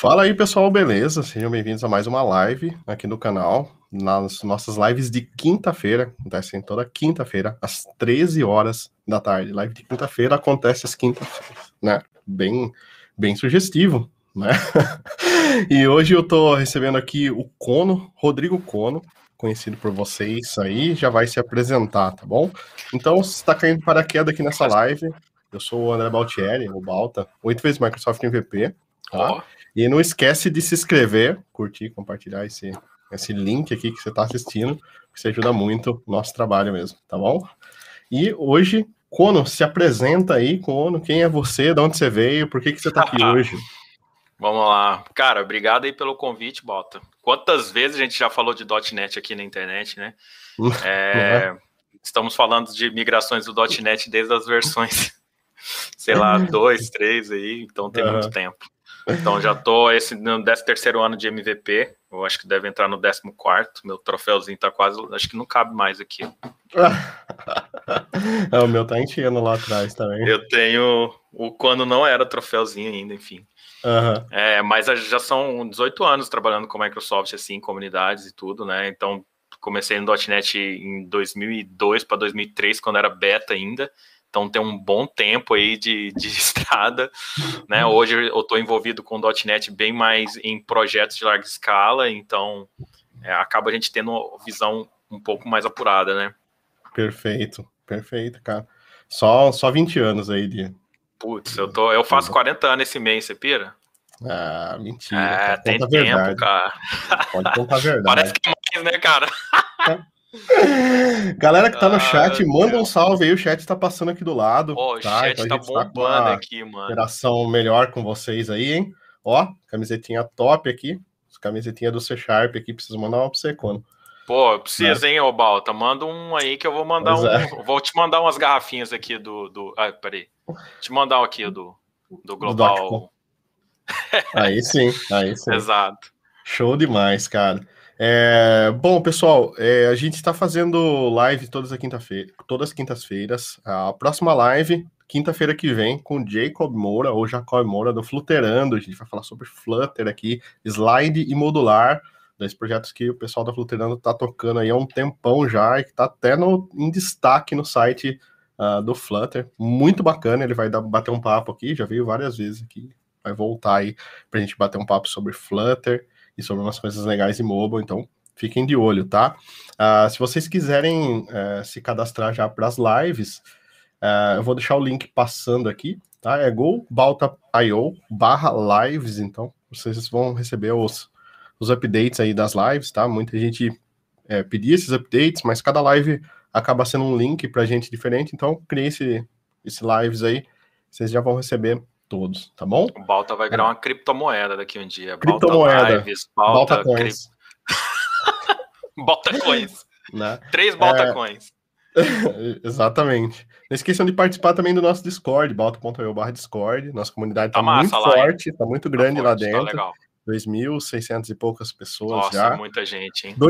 Fala aí, pessoal, beleza? Sejam bem-vindos a mais uma live aqui no canal. Nas nossas lives de quinta-feira, acontecem toda quinta-feira, às 13 horas da tarde. Live de quinta-feira acontece às quintas-feiras, né? Bem sugestivo, né? E hoje eu tô recebendo aqui o Cono, Rodrigo Cono, conhecido por vocês aí, já vai se apresentar, tá bom? Então, se está caindo de paraquedas aqui nessa live, eu sou o André Baltieri, o Balta, 8 vezes Microsoft MVP, tá? Ó. E não esquece de se inscrever, curtir, compartilhar esse link aqui que você está assistindo, que isso ajuda muito o nosso trabalho mesmo, tá bom? E hoje, Cono, se apresenta aí, Cono, quem é você, de onde você veio, por que você está aqui hoje? Vamos lá. Cara, obrigado aí pelo convite, Bota. Quantas vezes a gente já falou de .NET aqui na internet, né? Estamos falando de migrações do .NET desde as versões, sei lá, 2, 3 aí, então tem muito tempo. Então já tô no 13º ano de MVP, eu acho que deve entrar no 14º, meu troféuzinho tá quase, acho que não cabe mais aqui. O meu tá enchendo lá atrás também. Eu tenho quando não era troféuzinho ainda, enfim. Mas já são 18 anos trabalhando com Microsoft, assim, comunidades e tudo, né? Então comecei no .NET em 2002 para 2003, quando era beta ainda. Então tem um bom tempo aí de estrada, né? Hoje eu estou envolvido com .NET bem mais em projetos de larga escala, então acaba a gente tendo uma visão um pouco mais apurada, né? Perfeito, cara. Só 20 anos aí de... Putz, eu faço 40 anos esse mês, você pira? Ah, mentira. Tem tempo, verdade. Cara. Pode contar a verdade. Parece que é mais, né, cara? Galera que tá no chat, manda um salve aí, o chat tá passando aqui do lado. O tá? chat então tá bombando aqui, mano. Interação melhor com vocês aí, hein? Ó, camisetinha top aqui. Camisetinha do C Sharp aqui, preciso mandar uma pra você, Cono. Pô, precisa, hein, ô Balta? Manda um aí que eu vou mandar Vou te mandar umas garrafinhas aqui do... Ah, peraí. Te mandar aqui do Global. Aí sim. Exato. Show demais, cara. Bom, pessoal, a gente está fazendo live todas as quintas-feiras. A próxima live, quinta-feira que vem, com Jacob Moura, ou Jacob Moura, do Flutterando. A gente vai falar sobre Flutter aqui, slide e modular, dois projetos que o pessoal da Flutterando está tocando aí há um tempão já, e que está até em destaque no site do Flutter. Muito bacana, ele vai bater um papo aqui, já veio várias vezes aqui, vai voltar aí para a gente bater um papo sobre Flutter e sobre umas coisas legais de mobile, então fiquem de olho, tá? Se vocês quiserem se cadastrar já para as lives, eu vou deixar o link passando aqui, tá? É go.balta.io/lives, então vocês vão receber os updates aí das lives, tá? Muita gente pedia esses updates, mas cada live acaba sendo um link pra gente diferente, então criei esse lives aí, vocês já vão receber todos, tá bom? O Balta vai virar uma criptomoeda daqui um dia. Criptomoeda. Balta Coins. Balta Coins. Né? 3 Balta Coins. Exatamente. Não esqueçam de participar também do nosso Discord, balta.io/Discord. Nossa comunidade tá muito forte, tá muito grande lá dentro. Tá legal. 2.600 e poucas pessoas. Nossa, já. Muita gente, hein?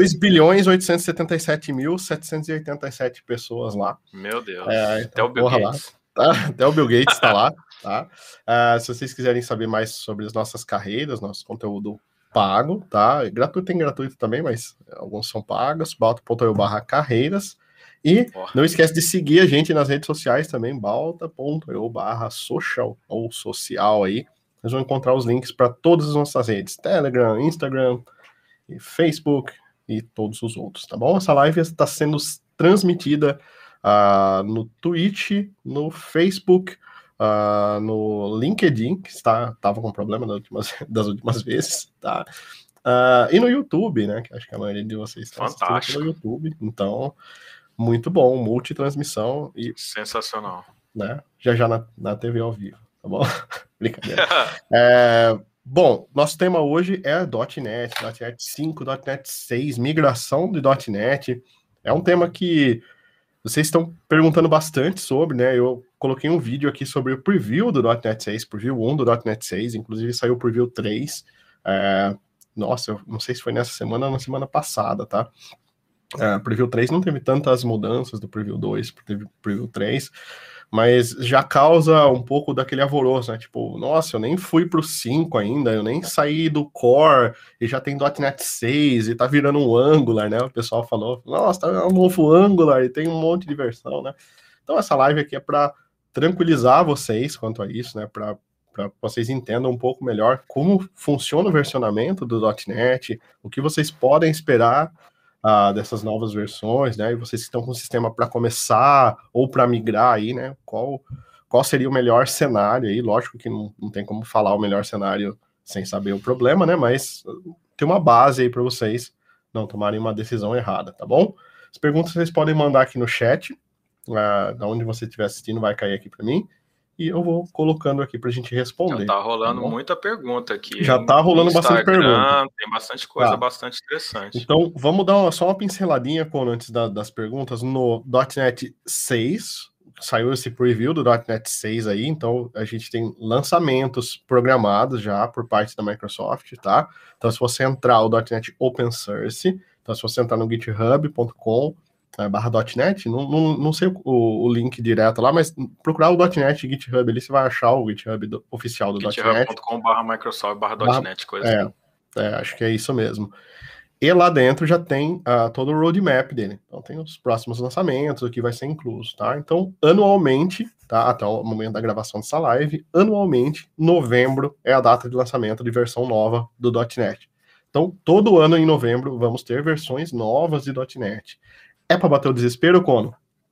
2.877.787 pessoas lá. Meu Deus. Então, até o Bill Gates. Tá? Até o Bill Gates tá lá. Tá? Se vocês quiserem saber mais sobre as nossas carreiras, nosso conteúdo pago, tá? Tem gratuito também, mas alguns são pagos. balta.io/carreiras. E não esquece de seguir a gente nas redes sociais também, balta.io/social ou social aí. Vocês vão encontrar os links para todas as nossas redes: Telegram, Instagram, e Facebook e todos os outros, tá bom? Essa live está sendo transmitida no Twitch, no Facebook, no LinkedIn, que estava com problema das últimas vezes, tá? E no YouTube, né? Que acho que a maioria de vocês está assistindo pelo YouTube. Então, muito bom, multitransmissão e... Sensacional. Né? Já na TV ao vivo, tá bom? Brincadeira. Bom, nosso tema hoje é .NET 5, .NET 6, migração de .NET. É um tema que vocês estão perguntando bastante sobre, né? Eu coloquei um vídeo aqui sobre o preview do .NET 6, preview 1 do .NET 6, inclusive saiu o preview 3. Nossa, eu não sei se foi nessa semana ou na semana passada, tá? Preview 3 não teve tantas mudanças do preview 2, teve preview 3, mas já causa um pouco daquele alvoroço, né? Tipo, nossa, eu nem fui pro 5 ainda, eu nem saí do Core, e já tem .NET 6, e tá virando um Angular, né? O pessoal falou, nossa, tá um novo Angular, e tem um monte de versão, né? Então essa live aqui é para tranquilizar vocês quanto a isso, né? Para vocês entendam um pouco melhor como funciona o versionamento do .NET, o que vocês podem esperar dessas novas versões, né? E vocês que estão com o sistema para começar ou para migrar aí, né? Qual seria o melhor cenário aí? Lógico que não tem como falar o melhor cenário sem saber o problema, né? Mas tem uma base aí para vocês não tomarem uma decisão errada, tá bom? As perguntas vocês podem mandar aqui no chat, da onde você estiver assistindo vai cair aqui para mim. E eu vou colocando aqui para a gente responder. Já tá rolando muita pergunta aqui. Já tá rolando bastante pergunta. Tem bastante coisa bastante interessante. Então, vamos dar só uma pinceladinha antes das perguntas. No .NET 6, saiu esse preview do .NET 6 aí, então a gente tem lançamentos programados já por parte da Microsoft, tá? Então, se você entrar o .NET Open Source, então se você entrar no github.com, /.net, não sei o link direto lá, mas procurar o .NET GitHub ali, você vai achar o GitHub oficial do .NET. github.com/Microsoft/.net, coisa assim. Acho que é isso mesmo. E lá dentro já tem todo o roadmap dele. Então tem os próximos lançamentos, o que vai ser incluso, tá? Então, anualmente, tá? Até o momento da gravação dessa live, anualmente, novembro é a data de lançamento de versão nova do .NET. Então, todo ano em novembro, vamos ter versões novas de .NET. É para bater o desespero, Cono?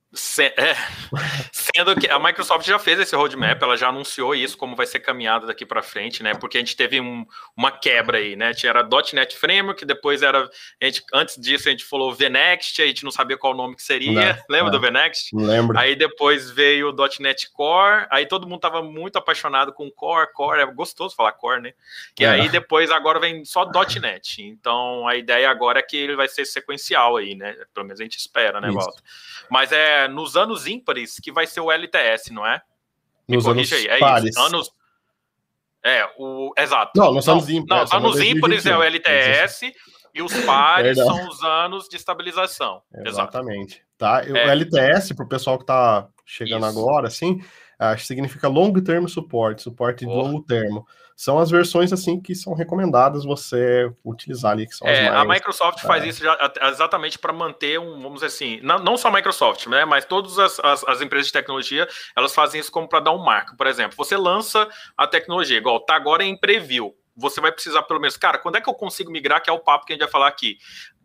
Sendo que a Microsoft já fez esse roadmap, ela já anunciou isso, como vai ser caminhado daqui para frente, né? Porque a gente teve uma quebra aí, né? Era .NET Framework, depois antes disso a gente falou VNext, a gente não sabia qual nome que seria, lembra do VNext? Lembro. Aí depois veio o .NET Core, aí todo mundo tava muito apaixonado com Core, é gostoso falar Core, né? E aí depois agora vem só .NET, então a ideia agora é que ele vai ser sequencial aí, né? Pelo menos a gente espera, né, Walter? Mas é nos anos ímpares que vai ser o LTS, não é? Me corrija aí. Pares. Isso. Exato. Não, nos anos ímpares. Não, os anos ímpares é o LTS e os pares são os anos de estabilização. Exatamente. Tá? O LTS, para o pessoal que está chegando agora, assim, significa Long Term Support, suporte de longo termo. São as versões, assim, que são recomendadas você utilizar ali, que são as mais... A Microsoft faz isso exatamente para manter vamos dizer assim, não só a Microsoft, né, mas todas as empresas de tecnologia, elas fazem isso como para dar um marco. Por exemplo, você lança a tecnologia, igual tá agora em preview, você vai precisar pelo menos, cara, quando é que eu consigo migrar, que é o papo que a gente vai falar aqui.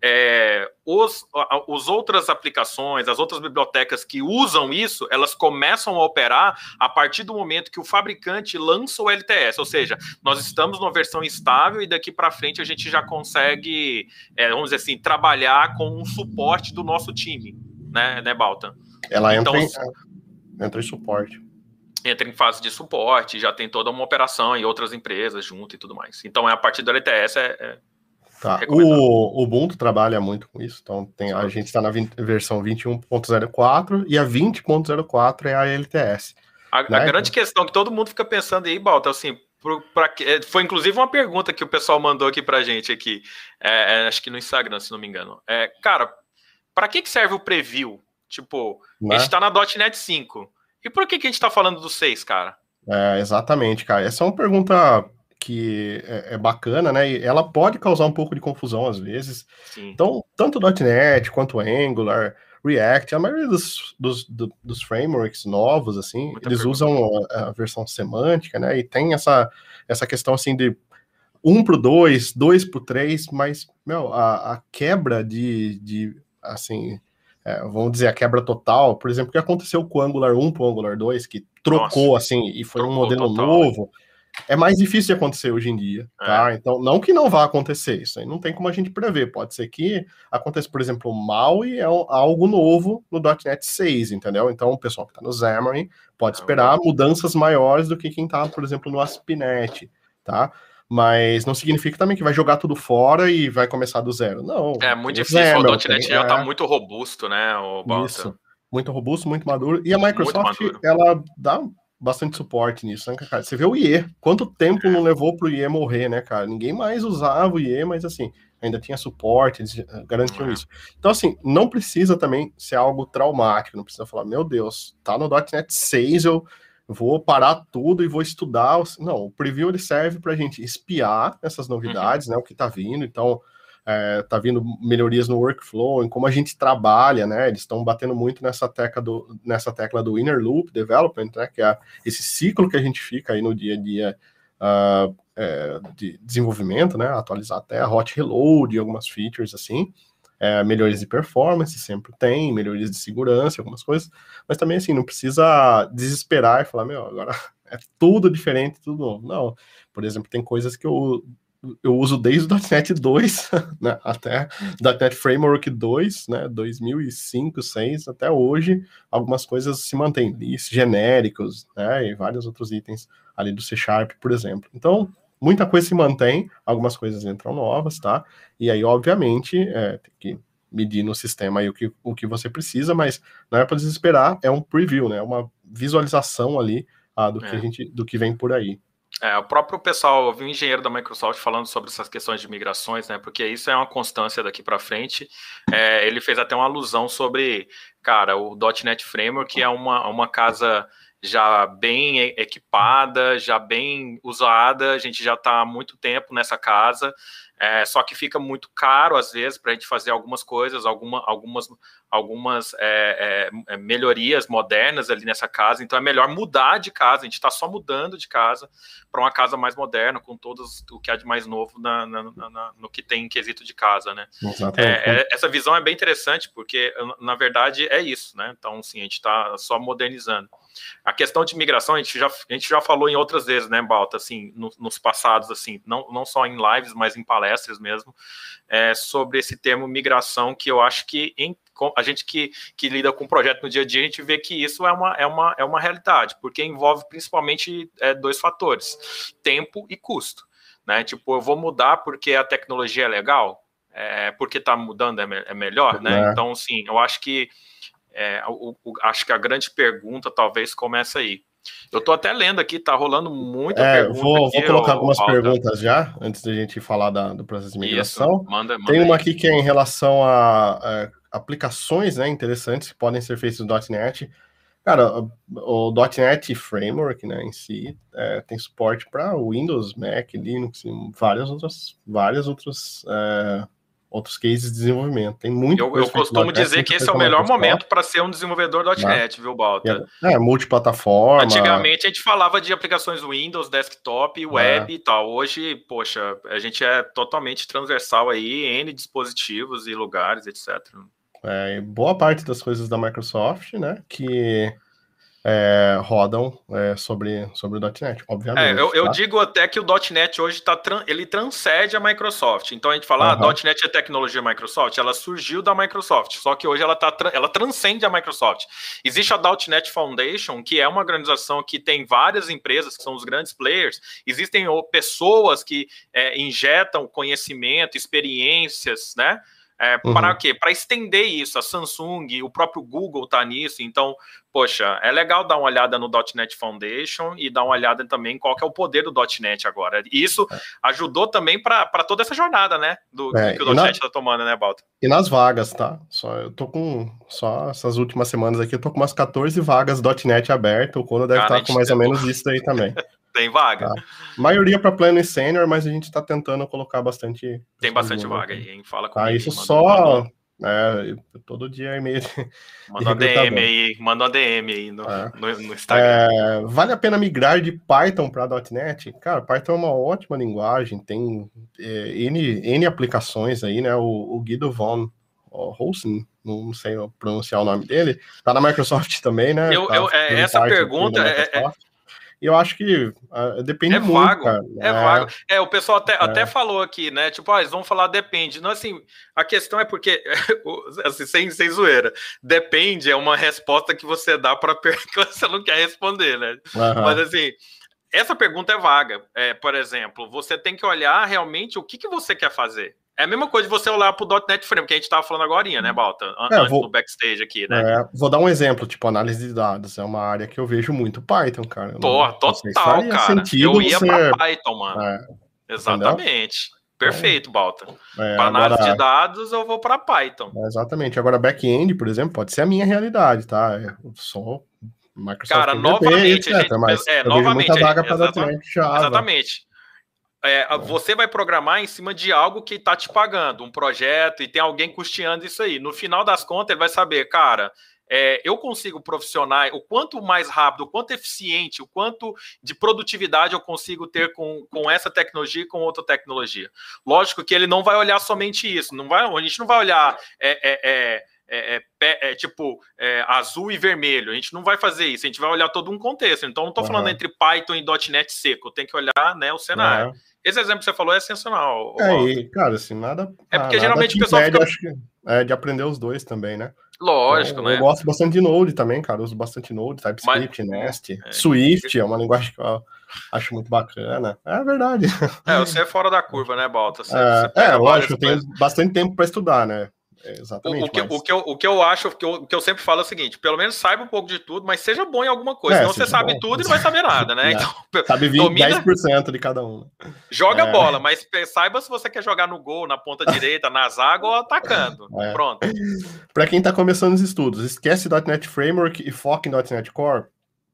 As outras aplicações, as outras bibliotecas que usam isso, elas começam a operar a partir do momento que o fabricante lança o LTS, ou seja, nós estamos numa versão estável e daqui para frente a gente já consegue, vamos dizer assim, trabalhar com um suporte do nosso time, né Baltan? Ela entra em suporte. Entra em fase de suporte, já tem toda uma operação em outras empresas junto e tudo mais. Então, a partir do LTS Tá. O Ubuntu trabalha muito com isso, então a gente está na versão 21.04 e a 20.04 é a LTS. A grande questão que todo mundo fica pensando aí, Balta, assim, foi inclusive uma pergunta que o pessoal mandou aqui pra gente aqui, acho que no Instagram, se não me engano. Cara, para que serve o preview? Tipo, a gente tá na .NET 5. E por que a gente tá falando do 6, cara? Exatamente, cara. Essa é uma pergunta que é bacana, né? E ela pode causar um pouco de confusão às vezes. Sim. Então, tanto o .NET quanto o Angular, React, a maioria dos frameworks novos, assim, eles usam a versão semântica, né? E tem essa questão, assim, de 1 pro 2, 2 pro 3, mas, a quebra assim... vamos dizer, a quebra total, por exemplo, o que aconteceu com o Angular 1 para o Angular 2, que trocou, assim, e foi um modelo total, novo, é mais difícil de acontecer hoje em dia, tá? Então, não que não vá acontecer, isso aí não tem como a gente prever, pode ser que aconteça, por exemplo, o MAUI é algo novo no .NET 6, entendeu? Então, o pessoal que está no Xamarin pode esperar mudanças maiores do que quem está, por exemplo, no ASP.NET, tá? Mas não significa também que vai jogar tudo fora e vai começar do zero. Não. É muito difícil, o .NET já está muito robusto, né? Isso, muito robusto, muito maduro. E a Microsoft, ela dá bastante suporte nisso, né, cara? Você vê o IE, quanto tempo não levou pro IE morrer, né, cara? Ninguém mais usava o IE, mas assim, ainda tinha suporte, eles garantiam isso. Então, assim, não precisa também ser algo traumático, não precisa falar, meu Deus, tá no .NET 6, eu vou parar tudo e vou estudar. Não, o preview ele serve pra gente espiar essas novidades, né, o que tá vindo, então... tá vindo melhorias no workflow, em como a gente trabalha, né? Eles estão batendo muito nessa tecla do inner loop development, né? Que é esse ciclo que a gente fica aí no dia a dia de desenvolvimento, né? Atualizar até a hot reload, algumas features assim. Melhorias de performance sempre tem, melhorias de segurança, algumas coisas, mas também assim, não precisa desesperar e falar, meu, agora é tudo diferente, tudo novo. Não, por exemplo, tem coisas que eu uso desde o .NET 2, né, até .NET Framework 2, né, 2005, 2006, até hoje, algumas coisas se mantêm, lists genéricos, né, e vários outros itens ali do C Sharp, por exemplo. Então, muita coisa se mantém, algumas coisas entram novas, tá? E aí, obviamente, tem que medir no sistema aí o que você precisa, mas não é para desesperar, é um preview, né, uma visualização ali do que vem por aí. O próprio pessoal, eu vi um engenheiro da Microsoft falando sobre essas questões de migrações, né? Porque isso é uma constância daqui para frente. Ele fez até uma alusão sobre, cara, o .NET Framework, que é uma casa já bem equipada, já bem usada, a gente já está há muito tempo nessa casa, só que fica muito caro, às vezes, para a gente fazer algumas coisas, algumas melhorias modernas ali nessa casa, então é melhor mudar de casa, a gente está só mudando de casa para uma casa mais moderna, com todos o que há de mais novo no que tem em quesito de casa, né? Essa visão é bem interessante, porque, na verdade, é isso, né? Então, sim, a gente está só modernizando. A questão de migração, a gente já falou em outras vezes, né, Balta, assim, nos passados, assim, não só em lives, mas em palestras mesmo, sobre esse termo migração, que eu acho que a gente que lida com o projeto no dia a dia, a gente vê que isso é uma realidade, porque envolve principalmente dois fatores, tempo e custo, né? Tipo, eu vou mudar porque a tecnologia é legal, porque está mudando é melhor, né? Então, sim, eu acho que acho que a grande pergunta talvez começa aí. Eu estou até lendo aqui, tá rolando muita pergunta. Vou colocar algumas perguntas já, antes da gente falar do processo de migração. Manda Tem uma aí. aqui que é em relação a aplicações, né, interessantes que podem ser feitas no .NET. Cara, o .NET Framework, né, em si, tem suporte para Windows, Mac, Linux e várias outros cases de desenvolvimento. Tem muito. Eu costumo dizer que esse é o melhor momento para ser um desenvolvedor .NET, viu, Balta? Multiplataforma. Antigamente a gente falava de aplicações Windows, desktop, web e tal. Hoje, poxa, a gente é totalmente transversal aí, N dispositivos e lugares, etc. Boa parte das coisas da Microsoft, né, que rodam sobre o .NET, obviamente. Eu digo até que o .NET hoje ele transcende a Microsoft. Então a gente fala, .NET é tecnologia Microsoft, ela surgiu da Microsoft, só que hoje ela transcende a Microsoft. Existe a .NET Foundation, que é uma organização que tem várias empresas, que são os grandes players, existem pessoas que injetam conhecimento, experiências, né? Para quê? Para estender isso. A Samsung, o próprio Google está nisso. Então, poxa, é legal dar uma olhada no .NET Foundation e dar uma olhada também em qual que é o poder do .NET agora. E isso ajudou também para toda essa jornada, né? Que o .NET está tomando, né, Balta? E nas vagas, tá? Eu tô só essas últimas semanas aqui, eu tô com umas 14 vagas .NET aberto. O Kono deve estar com mais ou menos isso aí também. Tem vaga? Tá. Maioria para pleno e sênior, mas a gente está tentando colocar bastante. Tem bastante vaga aí, hein? Fala comigo. Isso só. Todo dia é e-mail. Manda uma DM aí no Instagram. Vale a pena migrar de Python para .NET? Cara, Python é uma ótima linguagem, tem N aplicações aí, né? O Guido von Holsen, não sei pronunciar o nome dele, tá na Microsoft também, né? Essa pergunta E eu acho que depende muito, vago, cara. Vago. O pessoal até falou aqui, né? Tipo, eles vão falar depende. Não, assim, a questão é porque, assim, sem zoeira, depende é uma resposta que você dá para pergunta que você não quer responder, né? Mas, assim, essa pergunta é vaga. Por exemplo, você tem que olhar realmente o que você quer fazer. É a mesma coisa de você olhar pro .NET Framework, que a gente tava falando agora, né, Balta? Antes do backstage aqui, né? Vou dar um exemplo, tipo, análise de dados. É uma área que eu vejo muito Python, cara. Pô, total, cara. Eu ia pra Python, mano. Exatamente. Entendeu? Perfeito, Balta. Para análise de dados, eu vou para Python. Exatamente. Agora, back-end, por exemplo, pode ser a minha realidade, tá? Eu sou Microsoft, cara, novamente, etc, mas novamente, muita vaga para .NET, Java. Exatamente. Você vai programar em cima de algo que está te pagando, um projeto, e tem alguém custeando isso aí. No final das contas, ele vai saber, cara, eu consigo profissional, o quanto mais rápido, o quanto eficiente, o quanto de produtividade eu consigo ter com essa tecnologia e com outra tecnologia. Lógico que ele não vai olhar somente isso, a gente não vai olhar azul e vermelho, a gente não vai fazer isso, a gente vai olhar todo um contexto. Então, não estou falando entre Python e .NET seco, tem que olhar, né, o cenário. Esse exemplo que você falou é sensacional. Cara, assim, nada. Porque geralmente o pessoal fica... acho que de aprender os dois também, né? Lógico, então, né? Eu gosto bastante de Node também, cara. Eu uso bastante Node, TypeScript, Nest. Swift é uma linguagem que eu acho muito bacana. É verdade. Você é fora da curva, né, Balta? Lógico, eu tenho bastante tempo para estudar, né? Exatamente. O que eu acho, o que eu sempre falo é o seguinte: pelo menos saiba um pouco de tudo, mas seja bom em alguma coisa. Senão você sabe tudo e não vai saber nada, né? Então, sabe 10% de cada um. Joga bola, mas saiba se você quer jogar no gol, na ponta direita, na zaga ou atacando. Pronto. Para quem está começando os estudos, esquece .NET Framework e foca em .NET Core?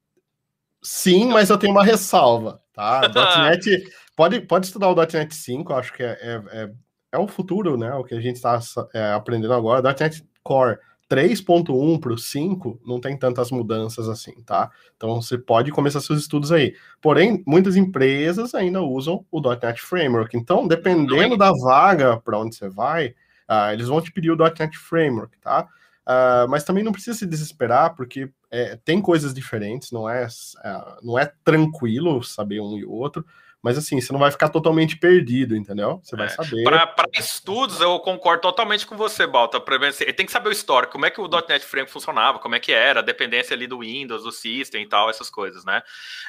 Sim, mas eu tenho uma ressalva, tá? .NET, pode estudar o .NET 5, acho que é o futuro, né? O que a gente está aprendendo agora. .NET Core 3.1 para o 5 não tem tantas mudanças assim, tá? Então você pode começar seus estudos aí. Porém, muitas empresas ainda usam o .NET Framework. Então, dependendo da vaga para onde você vai, eles vão te pedir o .NET Framework, tá? Mas também não precisa se desesperar, porque tem coisas diferentes, não é tranquilo saber um e outro. Mas assim, você não vai ficar totalmente perdido, entendeu? Você vai saber. Para estudos, eu concordo totalmente com você, Balta. Tem que saber o histórico, como é que o .NET Framework funcionava, como é que era, a dependência ali do Windows, do System e tal, essas coisas, né?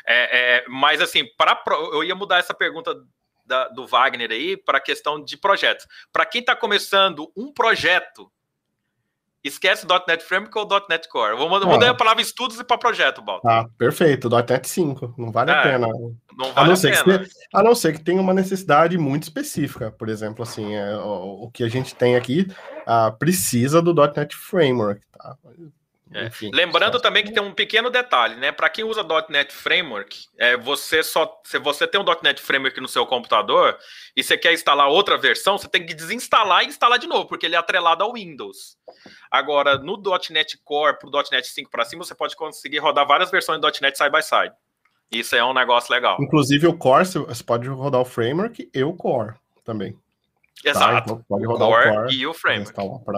Mas assim, eu ia mudar essa pergunta do Wagner aí para a questão de projetos. Para quem está começando um projeto, esquece o .NET Framework ou o .NET Core. Vou mudar a palavra estudos e para projeto, Balta. Perfeito. .NET 5. Não vale a pena. Não vale a pena. A não ser que tenha uma necessidade muito específica. Por exemplo, assim, o que a gente tem aqui precisa do .NET Framework, tá? Enfim, lembrando também que tem um pequeno detalhe, né? Para quem usa .NET Framework, se você tem um .NET Framework no seu computador e você quer instalar outra versão, você tem que desinstalar e instalar de novo, porque ele é atrelado ao Windows. Agora, no .NET Core pro .NET 5 para cima, você pode conseguir rodar várias versões do .NET side by side. Isso é um negócio legal. Inclusive o Core, você pode rodar o Framework e o Core também. Exato. Tá? Então, pode rodar o Core e o Framework.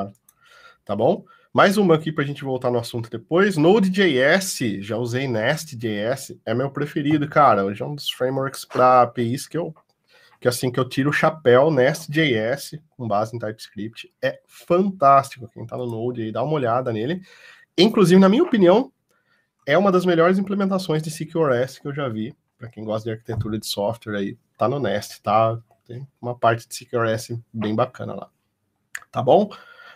Tá bom? Mais uma aqui para a gente voltar no assunto depois. Node.js, já usei Nest.js, é meu preferido, cara. Hoje é um dos frameworks para APIs que eu tiro o chapéu. Nest.js, com base em TypeScript, é fantástico. Quem tá no Node aí, dá uma olhada nele. Inclusive, na minha opinião, é uma das melhores implementações de CQRS que eu já vi. Para quem gosta de arquitetura de software aí, tá no Nest, tá? Tem uma parte de CQRS bem bacana lá. Tá bom?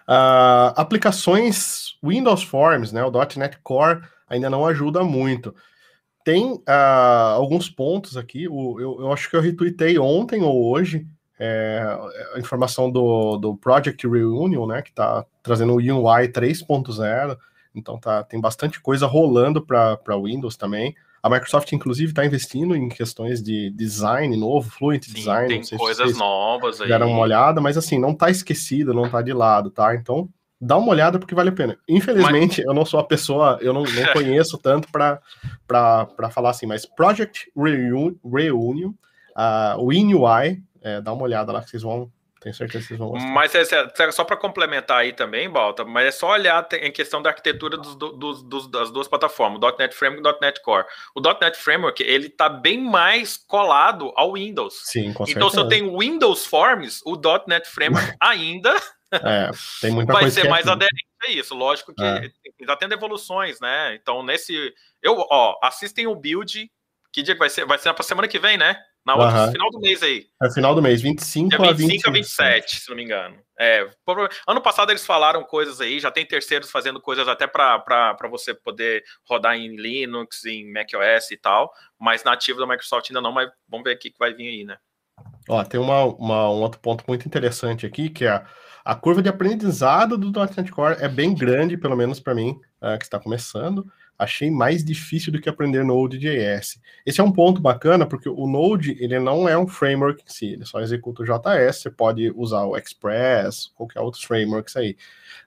Aplicações Windows Forms, né? O .NET Core ainda não ajuda muito. Tem alguns pontos aqui. Eu acho que eu retweetei ontem ou hoje a informação do Project Reunion, né? Que está trazendo o UI 3.0. Então tem bastante coisa rolando para Windows também. A Microsoft, inclusive, está investindo em questões de design novo, Fluent Design. Tem coisas novas aí. Deram uma olhada, mas assim, não está esquecido, não está de lado, tá? Então, dá uma olhada porque vale a pena. Infelizmente, eu não sou a pessoa, eu não conheço tanto para falar assim, mas Project Reunion, o WinUI, dá uma olhada lá que vocês vão... Tenho certeza que vocês vão gostar. Mas só para complementar aí também, Balta, mas é só olhar em questão da arquitetura das duas plataformas, o .NET Framework e o .NET Core. O .NET Framework, ele tá bem mais colado ao Windows. Sim, com certeza. Então, se eu tenho Windows Forms, o .NET Framework ainda tem muita vai coisa ser mais aderente a isso. Lógico que está tendo evoluções, né? Então, assistem o build. Que dia que vai ser? Vai ser para semana que vem, né? Na outra, final do mês aí. É final do mês, 25 a 27, se não me engano. Ano passado eles falaram coisas aí, já tem terceiros fazendo coisas até para você poder rodar em Linux, em macOS e tal, mas nativo da Microsoft ainda não, mas vamos ver o que vai vir aí, né? Ó, tem um outro ponto muito interessante aqui, que é a curva de aprendizado do .NET Core é bem grande, pelo menos para mim, que está começando. Achei mais difícil do que aprender Node.js. Esse é um ponto bacana, porque o Node, ele não é um framework em si, ele só executa o JS, você pode usar o Express, qualquer outros frameworks aí.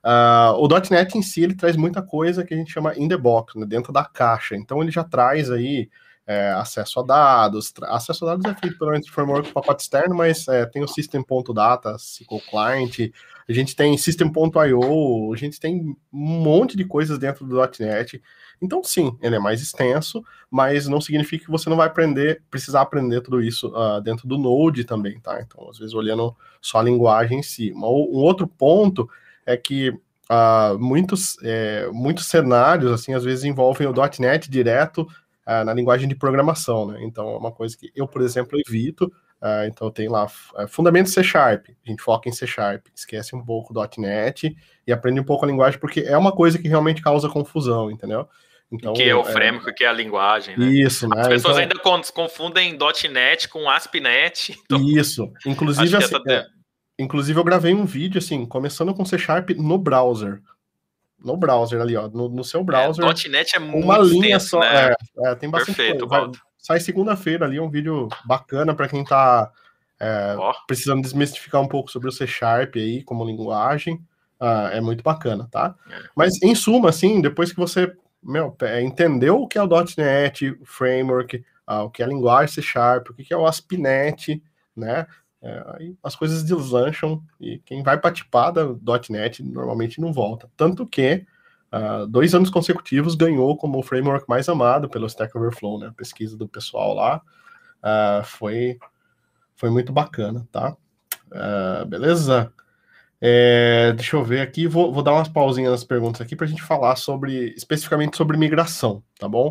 O .NET em si, ele traz muita coisa que a gente chama in the box, né, dentro da caixa. Então, ele já traz aí acesso a dados. Acesso a dados é feito pelo framework pacote externo, mas tem o System.data, SQL Client, a gente tem System.io, a gente tem um monte de coisas dentro do .NET. Então, sim, ele é mais extenso, mas não significa que você não vai precisar aprender tudo isso dentro do Node também, tá? Então, às vezes, olhando só a linguagem em si. Um outro ponto é que muitos cenários, assim, às vezes envolvem o .NET direto na linguagem de programação, né? Então, é uma coisa que eu, por exemplo, evito. Então, tem lá fundamentos C#, a gente foca em C#, esquece um pouco do .NET e aprende um pouco a linguagem, porque é uma coisa que realmente causa confusão, entendeu? Então, que é o framework, que é a linguagem, né? Isso, né? As pessoas ainda confundem .NET com ASP.NET. Então, isso. Inclusive, assim, inclusive, eu gravei um vídeo, assim, começando com C# no browser. No browser ali, ó. No seu browser. .NET é muito uma linha extenso, só. né? Tem bastante Perfeito, coisa. Sai segunda-feira ali, um vídeo bacana para quem tá precisando desmistificar um pouco sobre o C# aí, como linguagem. É muito bacana, tá? Mas, em suma, assim, depois que você entendeu o que é o .NET, o framework, o que é a linguagem C#, o que é o ASP.NET, né? Aí as coisas deslancham e quem vai participar da .NET normalmente não volta. Tanto que 2 anos consecutivos ganhou como o framework mais amado pelo Stack Overflow, né? A pesquisa do pessoal lá foi muito bacana, tá? Beleza? Deixa eu ver aqui, vou dar umas pausinhas nas perguntas aqui para a gente falar especificamente sobre migração, tá bom?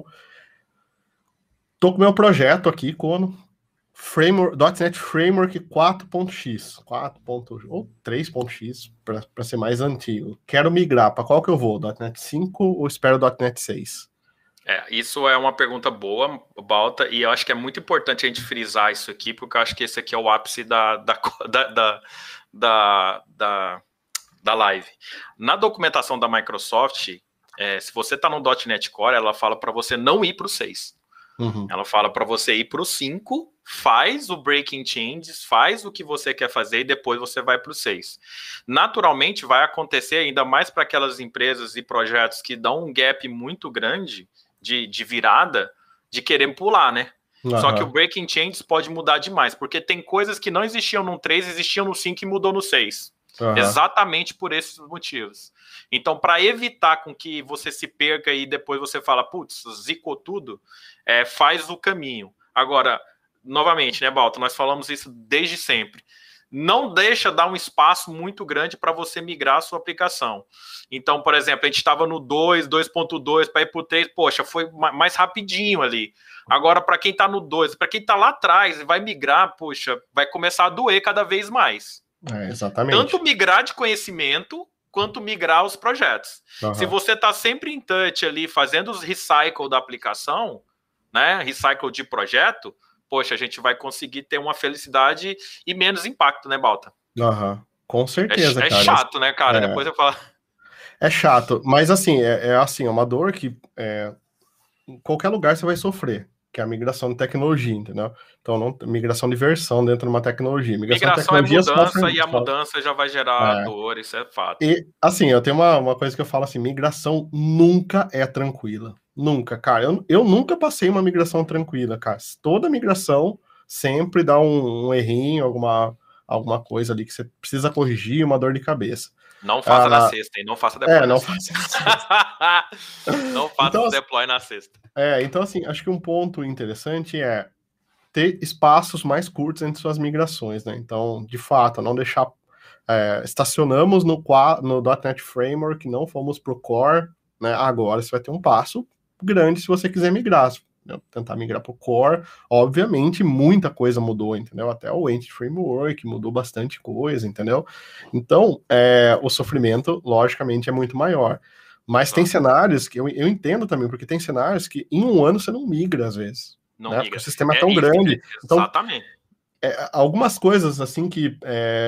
Tô com o meu projeto aqui, Kono, .NET Framework 4.x, ou 3.x, para ser mais antigo. Quero migrar, para qual que eu vou? .NET 5 ou espero .NET 6? Isso é uma pergunta boa, Balta, e eu acho que é muito importante a gente frisar isso aqui, porque eu acho que esse aqui é o ápice da live. Na documentação da Microsoft, se você está no .NET Core, ela fala para você não ir para o 6. Uhum. Ela fala para você ir para o 5, faz o breaking changes, faz o que você quer fazer e depois você vai para o 6. Naturalmente vai acontecer, ainda mais para aquelas empresas e projetos que dão um gap muito grande de virada, de querer pular, né? Uhum. Só que o breaking changes pode mudar demais, porque tem coisas que não existiam no 3, existiam no 5 e mudou no 6. Uhum. Exatamente por esses motivos. Então, para evitar com que você se perca e depois você fala, putz, zicou tudo, faz o caminho. Agora, novamente, né, Balto, nós falamos isso desde sempre. Não deixa dar um espaço muito grande para você migrar a sua aplicação. Então, por exemplo, a gente estava no 2, 2.2 para ir para o 3, poxa, foi mais rapidinho ali. Agora, para quem está no 2, para quem está lá atrás e vai migrar, poxa, vai começar a doer cada vez mais. Exatamente. Tanto migrar de conhecimento quanto migrar os projetos. Uhum. Se você está sempre em touch ali, fazendo os recycle da aplicação, né, recycle de projeto, poxa, a gente vai conseguir ter uma felicidade e menos impacto, né, Balta? Uhum. Com certeza, cara. É chato, né, cara? Depois eu falo... É chato, mas assim, é uma dor que em qualquer lugar você vai sofrer, que é a migração de tecnologia, entendeu? Então, migração de versão dentro de uma tecnologia. Migração de tecnologia é mudança e a mudança já vai gerar dor, isso é fato. E, assim, eu tenho uma coisa que eu falo assim, migração nunca é tranquila. Nunca, cara. Eu nunca passei uma migração tranquila, cara. Toda migração sempre dá um errinho, alguma coisa ali que você precisa corrigir, uma dor de cabeça. Não faça na sexta, hein? Não faça deploy na sexta. Não faça deploy na sexta. Então, assim, acho que um ponto interessante é ter espaços mais curtos entre suas migrações, né? Então, de fato, não deixar... estacionamos no .NET Framework, não fomos pro Core, né? Agora você vai ter um passo grande se você quiser migrar. tentar migrar para o Core. Obviamente, muita coisa mudou, entendeu? Até o Entity Framework mudou bastante coisa, entendeu? Então, o sofrimento, logicamente, é muito maior. Mas tem cenários que eu entendo também, porque tem cenários que em um ano você não migra, às vezes. Não né? migra. Porque o sistema é tão grande. Exatamente. Então, algumas coisas, assim, que...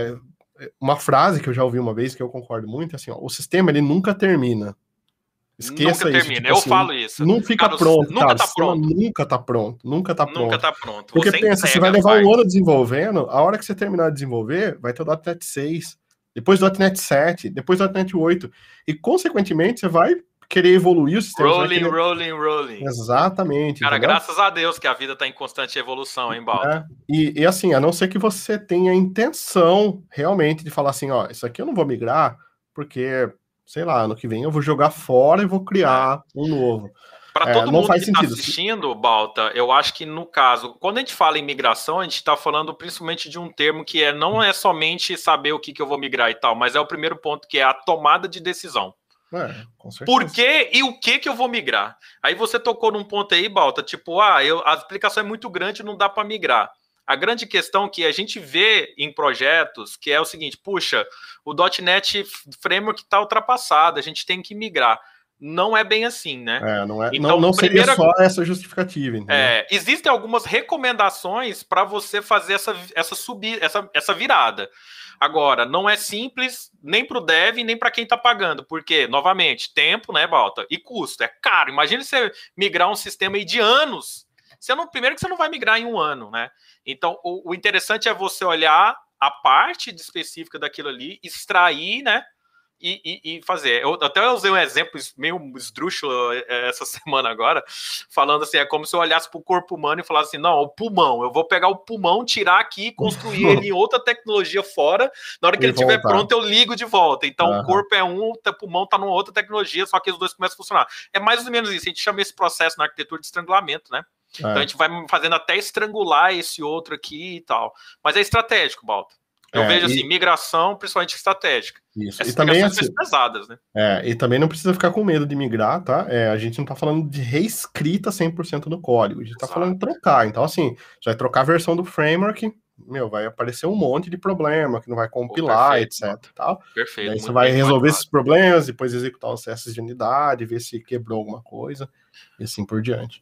uma frase que eu já ouvi uma vez, que eu concordo muito, é assim, ó, o sistema, ele nunca termina. Esqueça nunca isso. Termina. Tipo, eu assim, falo isso. Não fica cara, pronto, nunca cara. Tá O sistema pronto. nunca tá pronto. Nunca tá pronto. Nunca tá pronto. Porque pensa, você vai levar um ano desenvolvendo, a hora que você terminar de desenvolver, vai ter o .NET 6, depois o .NET 7, depois o .NET 8, e, consequentemente, você vai querer evoluir o sistema. Rolling. Exatamente. Cara, entendeu? graças a Deus que a vida tá em constante evolução, hein, Balta? E assim, a não ser que você tenha intenção, realmente, de falar assim, ó, isso aqui eu não vou migrar, porque... sei lá, ano que vem eu vou jogar fora e vou criar um novo. Para todo mundo que está assistindo, Balta, eu acho que no caso, quando a gente fala em migração, a gente está falando principalmente de um termo que não é somente saber o que eu vou migrar e tal, mas é o primeiro ponto, que é a tomada de decisão. Com certeza. Por que e o que eu vou migrar? Aí você tocou num ponto aí, Balta, tipo, a aplicação é muito grande, não dá para migrar. A grande questão que a gente vê em projetos, que é o seguinte, puxa, o .NET Framework está ultrapassado, a gente tem que migrar. Não é bem assim, né? Não é. Então, não seria só essa justificativa, entendeu? Existem algumas recomendações para você fazer essa virada. Agora, não é simples nem para o dev, nem para quem está pagando, porque, novamente, tempo, né, Balta? E custo, é caro. Imagina você migrar um sistema aí de anos. Primeiro que você não vai migrar em um ano, né? Então, o interessante é você olhar a parte específica daquilo ali, extrair, né? E fazer. Eu até usei um exemplo meio esdrúxulo essa semana agora, falando assim, é como se eu olhasse para o corpo humano e falasse assim, não, o pulmão, eu vou pegar o pulmão, tirar aqui e construir ele em outra tecnologia fora, na hora que ele estiver pronto eu ligo de volta. Então o corpo é um, o pulmão está numa outra tecnologia, só que os dois começam a funcionar. É mais ou menos isso, a gente chama esse processo na arquitetura de estrangulamento, né? Então a gente vai fazendo até estrangular esse outro aqui e tal. Mas é estratégico, Balta. Eu vejo assim, migração, principalmente estratégica. Isso. Essas e também assim, pesadas, né? E também não precisa ficar com medo de migrar, tá? A gente não tá falando de reescrita 100% do código, a gente tá falando de trocar. Então, assim, você vai trocar a versão do framework, vai aparecer um monte de problema, que não vai compilar, etc. Tal. Perfeito. Daí você vai resolver esses problemas, depois executar os testes de unidade, ver se quebrou alguma coisa, e assim por diante.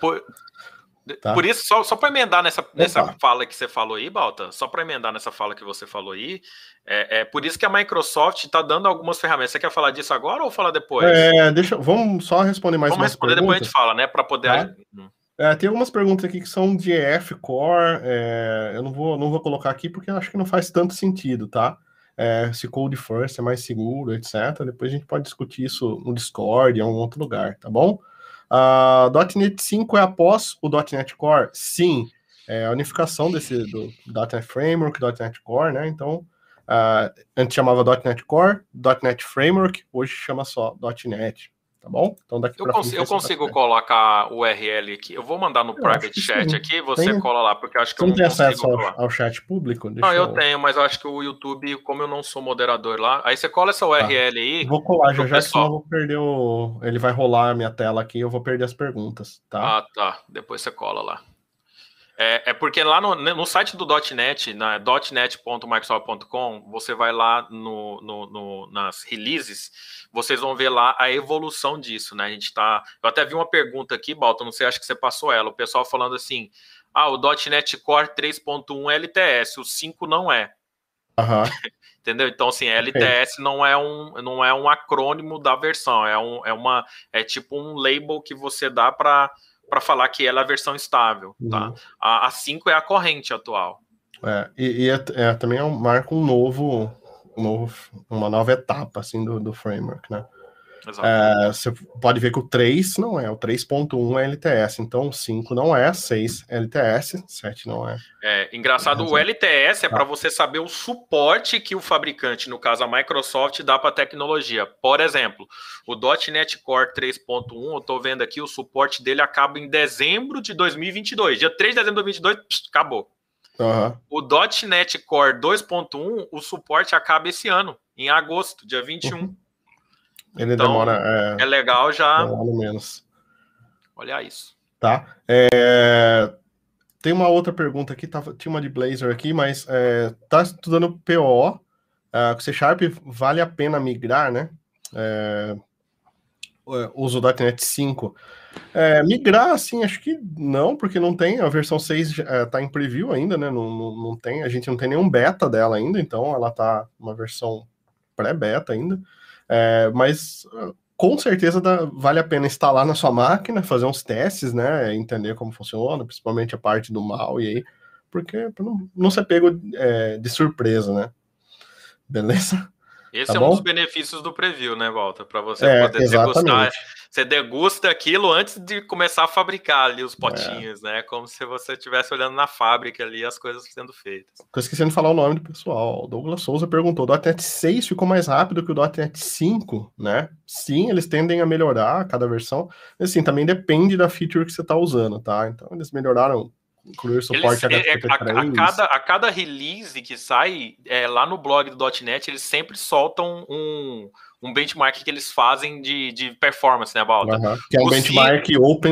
Por isso, só para emendar nessa fala que você falou aí, Balta, só para emendar nessa fala que você falou aí, por isso que a Microsoft está dando algumas ferramentas. Você quer falar disso agora ou falar depois? Vamos só responder mais umas perguntas. Vamos responder, depois a gente fala, né, para poder... tem algumas perguntas aqui que são de EF Core, eu não vou colocar aqui porque eu acho que não faz tanto sentido, tá? Se Code First é mais seguro, etc. Depois a gente pode discutir isso no Discord, em algum outro lugar, tá bom? .NET 5 é após o .NET Core? Sim, a unificação do .NET Framework, .NET Core, né? Então, antes chamava .NET Core, .NET Framework, hoje chama só .NET, tá bom? Então, daqui pra frente... Eu consigo colocar o URL aqui, eu vou mandar no private chat aqui, você cola lá, porque eu acho que eu não consigo... Você não tem acesso ao chat público? Não, eu tenho, mas eu acho que o YouTube, como eu não sou moderador lá, aí você cola essa URL aí... Vou colar já, que senão eu vou perder ele vai rolar a minha tela aqui e eu vou perder as perguntas, tá? Tá. Depois você cola lá. Porque lá no site do .NET, na .NET.microsoft.com, você vai lá nas releases, vocês vão ver lá a evolução disso, né? Eu até vi uma pergunta aqui, Balta, não sei, acho que você passou ela, o pessoal falando assim, o .NET Core 3.1 é LTS, o 5 não é. Entendeu? Então, assim, LTS não é um acrônimo da versão, é tipo um label que você dá para falar que ela é a versão estável, tá? A 5 é a corrente atual. Também marca uma nova etapa, assim, do framework, né? Você pode ver que o 3 não é, o 3.1 é LTS, então o 5 não é, 6 é LTS, 7 não é. Engraçado, o LTS é para você saber o suporte que o fabricante, no caso a Microsoft, dá para a tecnologia. Por exemplo, o .NET Core 3.1, eu estou vendo aqui, o suporte dele acaba em dezembro de 2022. Dia 3 de dezembro de 2022, acabou. O .NET Core 2.1, o suporte acaba esse ano, em agosto, dia 21. Ele demora... É legal já... menos. Olha isso. Tá? Tem uma outra pergunta aqui, tinha uma de Blazor aqui, mas tá estudando PO, com C Sharp, vale a pena migrar, né? Uso o .NET 5. Migrar, assim, acho que não, porque não tem, a versão 6 tá em preview ainda, né? Não tem, a gente não tem nenhum beta dela ainda, então ela tá uma versão pré-beta ainda. Mas com certeza vale a pena instalar na sua máquina, fazer uns testes, né? Entender como funciona, principalmente a parte do mal e aí, porque não ser pego de surpresa, né? Beleza? Esse tá é um bom? dos benefícios do preview, né, Walter? Para você poder degustar. Você degusta aquilo antes de começar a fabricar ali os potinhos, né? Como se você estivesse olhando na fábrica ali as coisas sendo feitas. Tô esquecendo de falar o nome do pessoal. O Douglas Souza perguntou: o .NET 6 ficou mais rápido que o .NET 5, né? Sim, eles tendem a melhorar a cada versão. Assim, também depende da feature que você está usando, tá? Então, eles melhoraram, incluir suporte HTTP3. A cada release que sai, lá no blog do .NET, eles sempre soltam um benchmark que eles fazem de performance, né, Balta? Que é um benchmark open.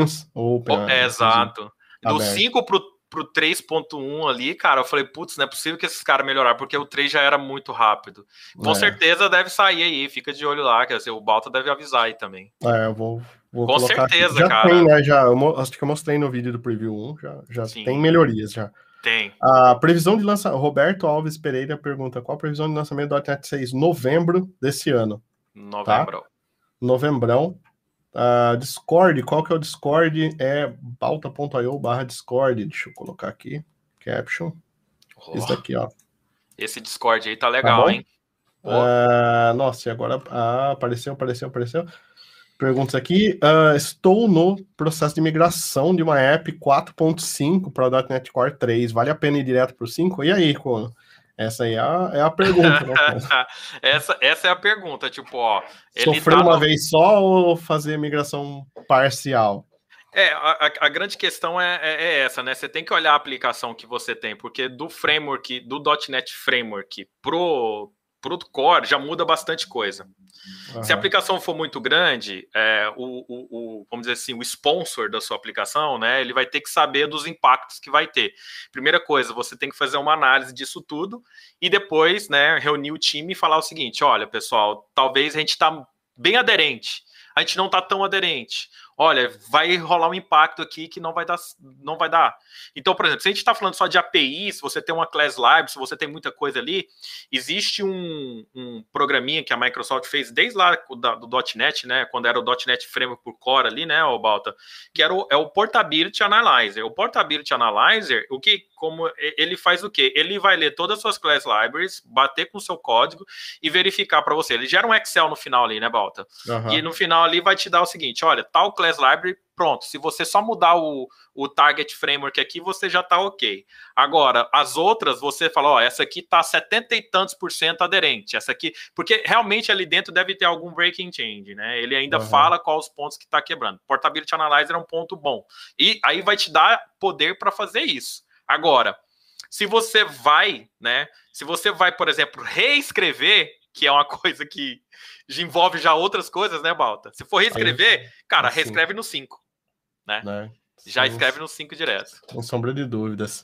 Exato. Do 5 pro 3.1 ali, cara, eu falei, putz, não é possível que esses caras melhoraram, porque o 3 já era muito rápido. Com certeza deve sair aí, fica de olho lá, quer dizer, o Balta deve avisar aí também. Eu vou com colocar certeza, já cara. Tem, né? Acho que eu mostrei no vídeo do Preview 1, já tem melhorias já. Tem. A previsão de lançamento, Roberto Alves Pereira pergunta, qual a previsão de lançamento do .NET 6? Novembro desse ano. Novembro. Tá? Novembrão. Discord, qual que é o Discord? É balta.io/Discord. Deixa eu colocar aqui. Caption. Isso daqui, ó. Esse Discord aí tá legal, hein? Nossa, e agora apareceu. Perguntas aqui. Estou no processo de migração de uma app 4.5 para o .NET Core 3. Vale a pena ir direto para o 5? E aí, Cono? Essa aí é a pergunta, né? essa é a pergunta, tipo, ó... Sofrer uma vez só ou fazer migração parcial? A grande questão é essa, né? Você tem que olhar a aplicação que você tem, porque do framework, do .NET Framework pro Core já muda bastante coisa. Se a aplicação for muito grande, vamos dizer assim, o sponsor da sua aplicação, né, ele vai ter que saber dos impactos que vai ter. Primeira coisa, você tem que fazer uma análise disso tudo e depois, né, reunir o time e falar o seguinte: olha, pessoal, talvez a gente está bem aderente, a gente não está tão aderente. Olha, vai rolar um impacto aqui que não vai dar. Então, por exemplo, se a gente está falando só de API, se você tem uma class library, se você tem muita coisa ali, existe um programinha que a Microsoft fez desde lá do .NET, né, quando era o .NET Framework por Core ali, né, o Balta, que era o Portability Analyzer. O Portability Analyzer, como ele faz o quê? Ele vai ler todas as suas class libraries, bater com o seu código e verificar para você. Ele gera um Excel no final ali, né, Balta? E no final ali vai te dar o seguinte: olha, tal class library, pronto, se você só mudar o target framework aqui, você já tá ok. Agora, as outras, você fala, ó, essa aqui tá 70 e tantos % aderente, essa aqui, porque realmente ali dentro deve ter algum breaking change, né? Ele ainda fala quais os pontos que tá quebrando. Portability Analyzer é um ponto bom. E aí vai te dar poder para fazer isso. Agora, se você vai, por exemplo, reescrever, que é uma coisa que envolve já outras coisas, né, Balta? Se for reescrever, cara, reescreve no 5, né? Já escreve no 5 direto. Sem sombra de dúvidas.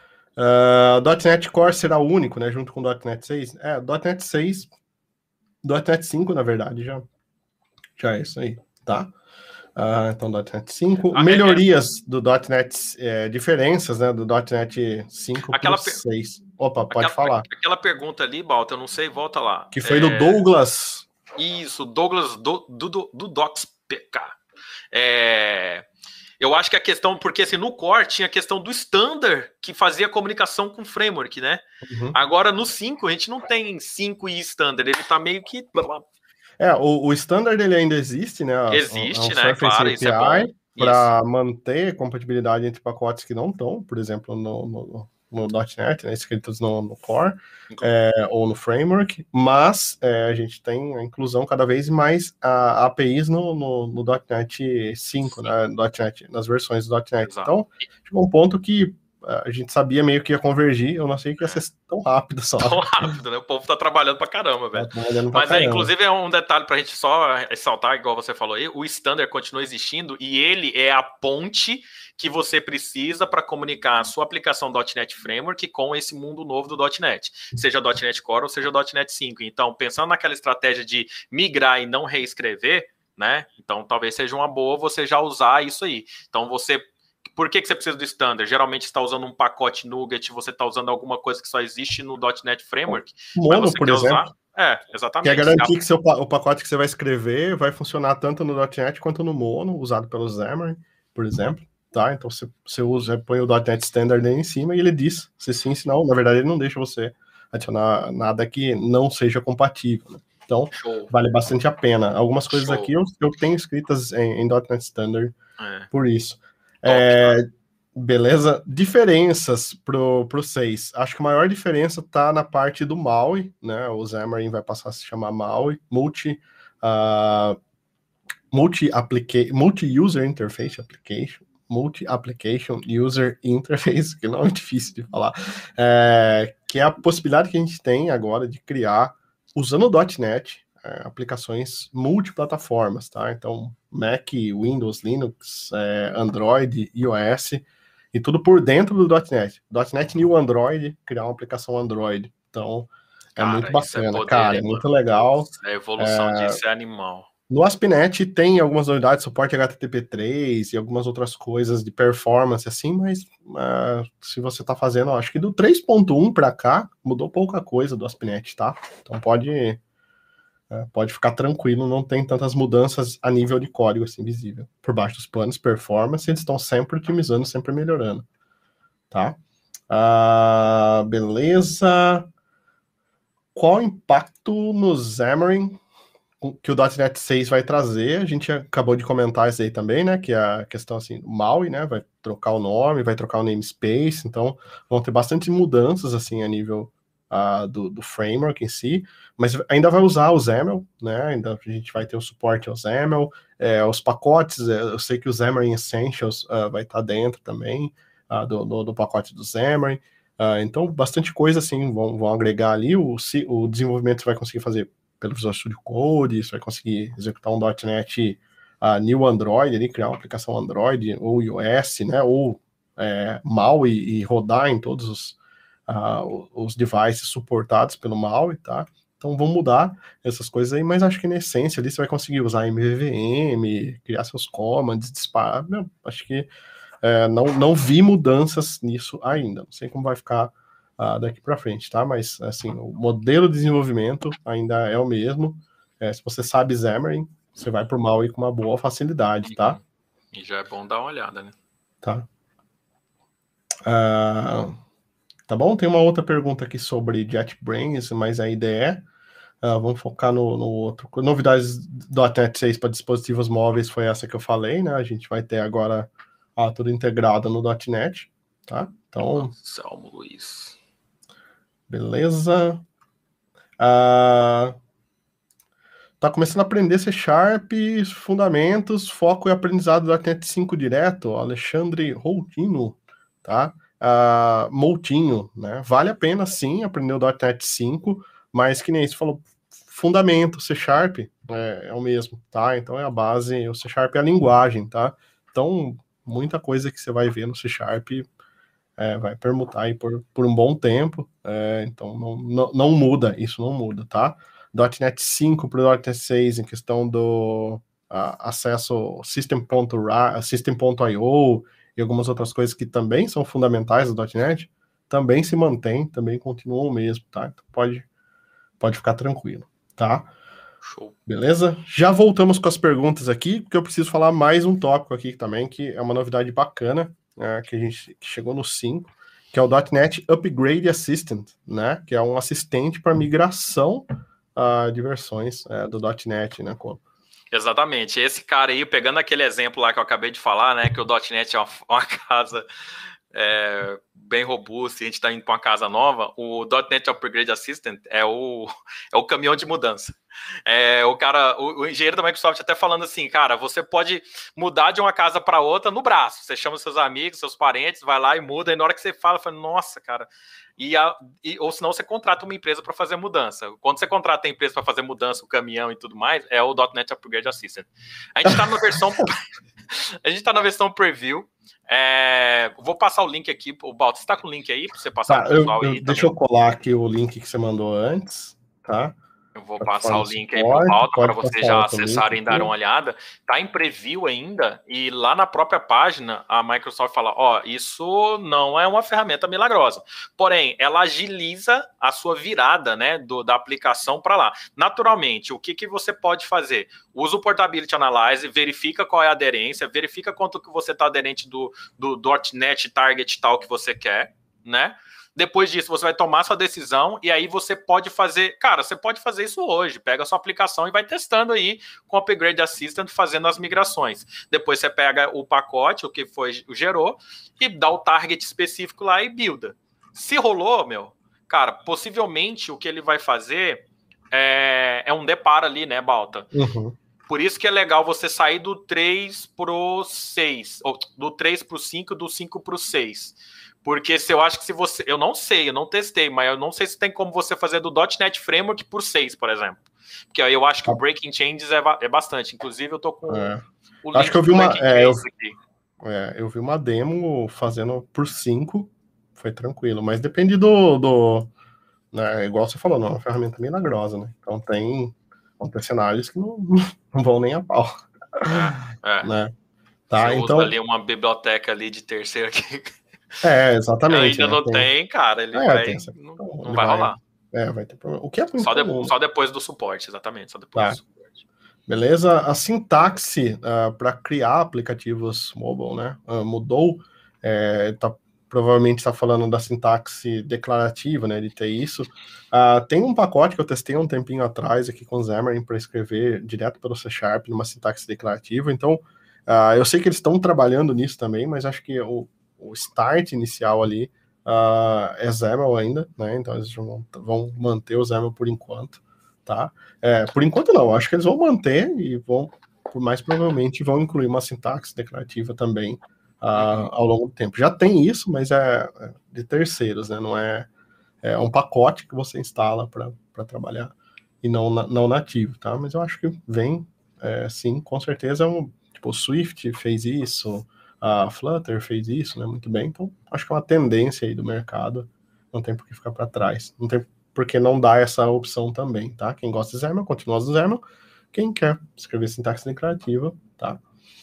.NET Core será o único, né, junto com o .NET 6? .NET 6, .NET 5, na verdade, já é isso aí, tá? Então, .NET 5. Melhorias do .NET, diferenças, né, do .NET 5 para 6. Opa, pode falar. Aquela pergunta ali, Balta, eu não sei, volta lá. Que foi do Douglas. Isso, Douglas do DocsPK. Eu acho que a questão, porque assim, no Core tinha a questão do standard que fazia comunicação com o framework, né? Agora no 5 a gente não tem 5 e standard, ele tá meio que... O standard ele ainda existe, né? Existe, né? Claro, isso é bom. Para manter compatibilidade entre pacotes que não estão, por exemplo, no .NET, né, escritos no Core, ou no Framework, mas a gente tem a inclusão cada vez mais APIs no .NET 5, né, nas versões do .NET. Exato. Então, chegou um ponto que a gente sabia meio que ia convergir, eu não sei que ia ser tão rápido só. Tão rápido, né? O povo tá trabalhando pra caramba, velho. Mas inclusive é um detalhe pra gente só ressaltar, igual você falou aí, o Standard continua existindo e ele é a ponte que você precisa para comunicar a sua aplicação .NET Framework com esse mundo novo do .NET, seja .NET Core ou seja .NET 5. Então, pensando naquela estratégia de migrar e não reescrever, né? Então, talvez seja uma boa você já usar isso aí. Então, por que você precisa do Standard? Geralmente está usando um pacote NuGet, você está usando alguma coisa que só existe no .NET Framework. Mono, por exemplo. Exatamente. Quer garantir que o pacote que você vai escrever vai funcionar tanto no .NET quanto no Mono, usado pelo Xamarin, por exemplo. Tá? Então, você põe o .NET Standard aí em cima e ele diz se sim, se não. Na verdade, ele não deixa você adicionar nada que não seja compatível, né? Então, vale bastante a pena. Algumas coisas aqui eu tenho escritas em .NET Standard por isso. Beleza? Diferenças pro 6. Acho que a maior diferença tá na parte do MAUI, né? O Xamarin vai passar a se chamar MAUI, Multi-User Interface Application. Multi-Application User Interface, que não é difícil de falar, que é a possibilidade que a gente tem agora de criar, usando o .NET, aplicações multiplataformas, tá? Então, Mac, Windows, Linux, Android, iOS, e tudo por dentro do .NET. .NET New Android, criar uma aplicação Android. Então, muito bacana, é muito legal. A evolução disso é animal. No ASP.NET tem algumas novidades, suporte HTTP3 e algumas outras coisas de performance, assim, mas se você está fazendo, acho que do 3.1 para cá, mudou pouca coisa do ASP.NET, tá? Então pode ficar tranquilo, não tem tantas mudanças a nível de código, assim, visível. Por baixo dos panos, performance, eles estão sempre otimizando, sempre melhorando, tá? Beleza. Qual o impacto no Xamarin que o .NET 6 vai trazer? A gente acabou de comentar isso aí também, né, que é a questão, assim, do MAUI, né, vai trocar o nome, vai trocar o namespace, então vão ter bastante mudanças, assim, a nível do framework em si, mas ainda vai usar o XAML, né, ainda a gente vai ter o suporte ao XAML, os pacotes, eu sei que o Xamarin Essentials vai estar dentro também, do pacote do Xamarin, então bastante coisa, assim, vão agregar ali, o desenvolvimento você vai conseguir fazer pelo Visual Studio Code, você vai conseguir executar um .NET New Android, ali, criar uma aplicação Android, ou iOS, né, ou MAUI e rodar em todos os devices suportados pelo MAUI, tá? Então vão mudar essas coisas aí, mas acho que na essência ali você vai conseguir usar MVVM, criar seus commands, disparar, acho que não vi mudanças nisso ainda, não sei como vai ficar daqui para frente, tá? Mas, assim, o modelo de desenvolvimento ainda é o mesmo. Se você sabe Xamarin, você vai pro MAUI com uma boa facilidade, tá? E já é bom dar uma olhada, né? Tá. Tá bom? Tem uma outra pergunta aqui sobre JetBrains, mas a IDE. Vamos focar no outro. Novidades do .NET 6 para dispositivos móveis foi essa que eu falei, né? A gente vai ter agora tudo integrado no .NET, tá? Então... Salmo Luiz. Beleza. Tá começando a aprender C#, fundamentos, foco e aprendizado do .NET 5 direto, Alexandre Routino, tá? Moutinho, né? Vale a pena, sim, aprender o .NET 5, mas que nem você falou, fundamento, C# é o mesmo, tá? Então é a base, o C# é a linguagem, tá? Então, muita coisa que você vai ver no C# vai permutar aí por um bom tempo, então não muda, isso não muda, tá? .NET 5 para o .NET 6 em questão do acesso System.io e algumas outras coisas que também são fundamentais do .NET, também se mantém, também continuam o mesmo, tá? Então pode ficar tranquilo, tá? Show. Beleza? Já voltamos com as perguntas aqui, porque eu preciso falar mais um tópico aqui também, que é uma novidade bacana, que a gente chegou no 5, que é o .NET Upgrade Assistant, né? Que é um assistente para migração de versões do .NET, né, Colo? Exatamente. Esse cara aí, pegando aquele exemplo lá que eu acabei de falar, né? Que o .NET é uma casa bem robusto, e a gente está indo para uma casa nova, o .NET Upgrade Assistant é o caminhão de mudança. O engenheiro da Microsoft até falando assim, cara, você pode mudar de uma casa para outra no braço. Você chama seus amigos, seus parentes, vai lá e muda, e na hora que você fala, nossa, cara... ou senão você contrata uma empresa para fazer mudança. Quando você contrata a empresa para fazer mudança, o caminhão e tudo mais, é o .NET Upgrade Assistant. A gente está na versão preview. Vou passar o link aqui. O Balto, você tá com o link aí para você passar pro pessoal aí? Deixa eu colar aqui o link que você mandou antes, tá? Eu vou passar o link aí pro Balto para vocês já acessarem e darem uma olhada. Tá em preview ainda, e lá na própria página a Microsoft fala, isso não é uma ferramenta milagrosa. Porém, ela agiliza a sua virada, né, da aplicação para lá. Naturalmente, o que você pode fazer? Usa o Portability Analyze, verifica qual é a aderência, verifica quanto que você está aderente do .NET Target tal que você quer, né? Depois disso, você vai tomar sua decisão e aí você pode fazer... Cara, você pode fazer isso hoje. Pega a sua aplicação e vai testando aí com o Upgrade Assistant, fazendo as migrações. Depois você pega o pacote, o que gerou, e dá o target específico lá e builda. Se rolou, cara, possivelmente o que ele vai fazer é um deparo ali, né, Balta? Uhum. Por isso que é legal você sair do 3 pro 6, ou do 3 pro 5, do 5 pro 6. Porque eu acho que se você... Eu não sei, eu não testei, mas eu não sei se tem como você fazer do .NET Framework por 6, por exemplo. Porque aí eu acho que o Breaking Changes é bastante. Inclusive, eu tô com o link. Acho que eu vi eu vi uma demo fazendo por 5, foi tranquilo. Mas depende né, igual você falou, não é uma ferramenta milagrosa, né? Então vão ter cenários que não vão nem a pau. Né? Tá, você então... usa ali uma biblioteca ali de terceira que... exatamente. Ainda não tem, cara. Ele não vai rolar. Vai ter problema. O que é só depois do suporte, exatamente. Só depois do suporte. Beleza? A sintaxe para criar aplicativos mobile, né? Mudou. Provavelmente está falando da sintaxe declarativa, né? De ter isso. Tem um pacote que eu testei um tempinho atrás aqui com o Xamarin para escrever direto pelo C# numa sintaxe declarativa. Então, eu sei que eles estão trabalhando nisso também, mas acho que o start inicial ali é XAML ainda, né? Então eles vão manter o XAML por enquanto, tá? Por enquanto não, acho que eles vão manter e mais provavelmente vão incluir uma sintaxe declarativa também ao longo do tempo. Já tem isso, mas é de terceiros, né? Não é um pacote que você instala para trabalhar e não nativo, tá? Mas eu acho que vem, sim, com certeza. Tipo, o Swift fez isso, a Flutter fez isso, né, muito bem. Então, acho que é uma tendência aí do mercado. Não tem por que ficar para trás. Não tem por que não dar essa opção também, tá? Quem gosta de XAML, continua usando XAML. Quem quer escrever sintaxe declarativa, tá?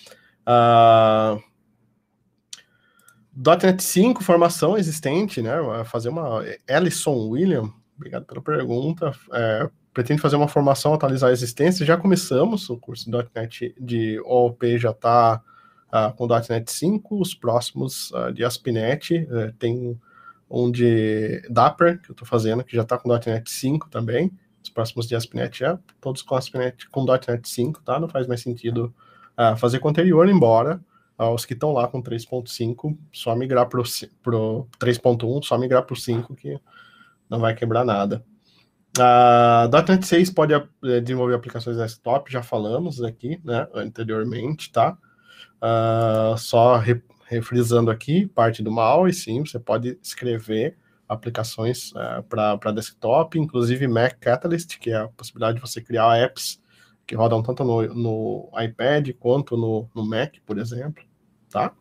.NET 5, formação existente, né? Fazer uma... Ellison William, obrigado pela pergunta. Pretende fazer uma formação, atualizar a existência. Já começamos, o curso de .NET de OOP já está com .NET 5, os próximos de ASP.NET, tem um de Dapper, que eu estou fazendo, que já está com .NET 5 também, os próximos de ASP.NET todos com ASP.NET, com .NET 5, tá? Não faz mais sentido fazer com o anterior, embora os que estão lá com 3.5, só migrar pro 3.1, só migrar pro 5, que não vai quebrar nada. .NET 6 pode desenvolver aplicações desktop, já falamos aqui, né, anteriormente, tá? Só refrisando aqui, parte do mal, e sim, você pode escrever aplicações para desktop, inclusive Mac Catalyst, que é a possibilidade de você criar apps que rodam tanto no iPad quanto no Mac, por exemplo, tá?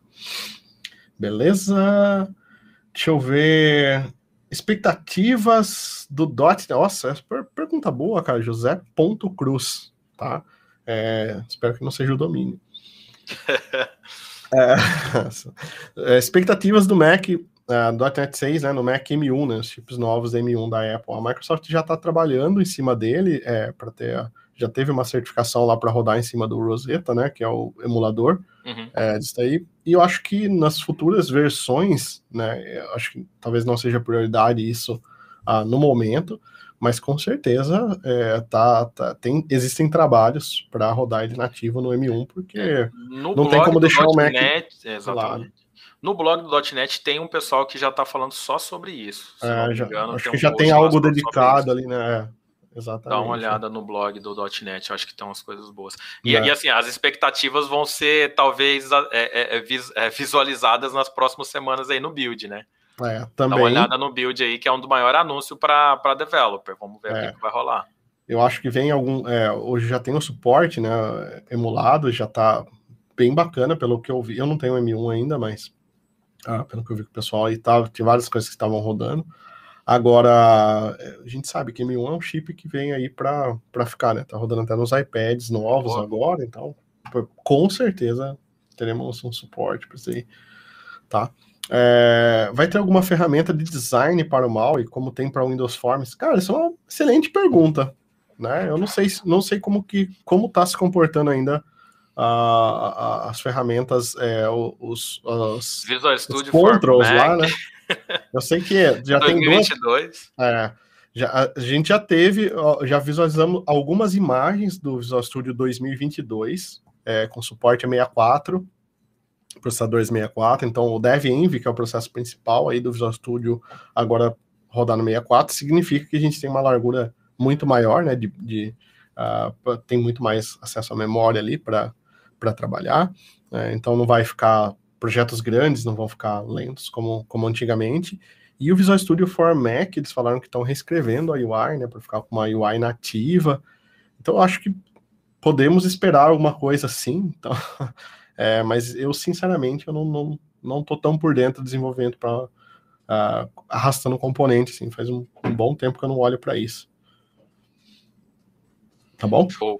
Beleza? Deixa eu ver... Expectativas do .NET... Nossa, essa pergunta boa, cara. José.cruz, tá? Espero que não seja o domínio. Expectativas do Mac, .NET 6, né, no Mac M1, né, os chips novos M1 da Apple. A Microsoft já está trabalhando em cima dele, já teve uma certificação lá para rodar em cima do Rosetta, né, que é o emulador disso aí. E eu acho que nas futuras versões, né, acho que talvez não seja prioridade isso no momento, mas com certeza existem trabalhos para rodar ele nativo no M1, porque não tem como deixar o Mac exatamente. No blog do .NET tem um pessoal que já está falando só sobre isso. Se não me engano, acho que já tem algo dedicado ali, né? Exatamente. Dá uma olhada no blog do .NET, eu acho que tem umas coisas boas. E assim, as expectativas vão ser, talvez, visualizadas nas próximas semanas aí no build, né? Também. Dá uma olhada no build aí, que é um do maior anúncio para developer. Vamos ver o que vai rolar. Eu acho que vem algum... hoje já tem o suporte, né? Emulado, já tá bem bacana, pelo que eu vi. Eu não tenho M1 ainda, mas pelo que eu vi com o pessoal aí, tinha várias coisas que estavam rodando. Agora, a gente sabe que M1 é um chip que vem aí para ficar, né? Tá rodando até nos iPads novos agora, então com certeza teremos um suporte para isso aí, tá? Vai ter alguma ferramenta de design para o MAUI, como tem para o Windows Forms? Cara, isso é uma excelente pergunta, né? Eu não sei como tá se comportando ainda as ferramentas, os Visual Studio controls lá, né? Eu sei que já 2022. tem a gente já visualizamos algumas imagens do Visual Studio 2022, com suporte a 64, processador 64, então o DevEnv, que é o processo principal aí do Visual Studio, agora rodar no 64, significa que a gente tem uma largura muito maior, né, tem muito mais acesso à memória ali para trabalhar, então não vai ficar, projetos grandes não vão ficar lentos como antigamente. E o Visual Studio for Mac, eles falaram que estão reescrevendo a UI, né, para ficar com uma UI nativa. Então, eu acho que podemos esperar alguma coisa assim. Então, mas eu, sinceramente, eu não tô tão por dentro do desenvolvimento para arrastando componente, assim. Faz um bom tempo que eu não olho para isso. Tá bom? Show.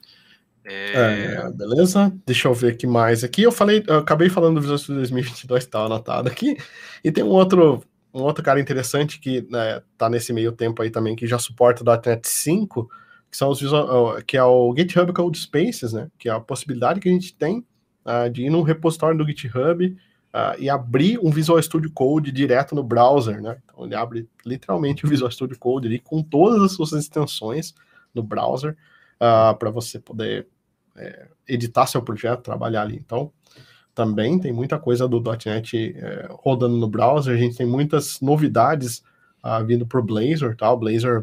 Beleza? Deixa eu ver o que mais aqui. Eu acabei falando do Visual Studio 2022, tá anotado aqui. E tem um outro cara interessante que tá nesse meio tempo aí também, que já suporta o .NET 5, que é o GitHub Code Spaces, né? Que é a possibilidade que a gente tem de ir num repositório do GitHub e abrir um Visual Studio Code direto no browser, né? Então ele abre literalmente o Visual Studio Code ali com todas as suas extensões no browser para você poder editar seu projeto, trabalhar ali. Então, também tem muita coisa do .NET rodando no browser, a gente tem muitas novidades vindo para o Blazor, tá? O Blazor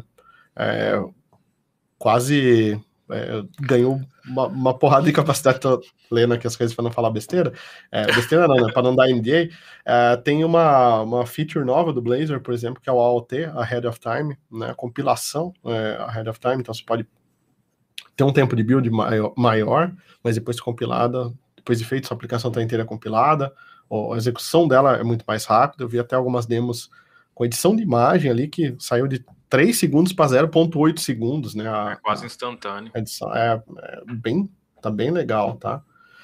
quase ganhou uma porrada de capacidade. Tô lendo aqui as coisas para não falar besteira. Besteira não, né? Para não dar NDA. Tem uma feature nova do Blazor, por exemplo, que é o AOT, Ahead of Time, né? A compilação Ahead of Time, então você pode ter um tempo de build maior, mas depois de compilada, depois de feito, sua aplicação está inteira compilada, a execução dela é muito mais rápida. Eu vi até algumas demos com edição de imagem ali que saiu de 3 segundos para 0,8 segundos, né? Quase instantâneo. A edição tá bem legal, tá?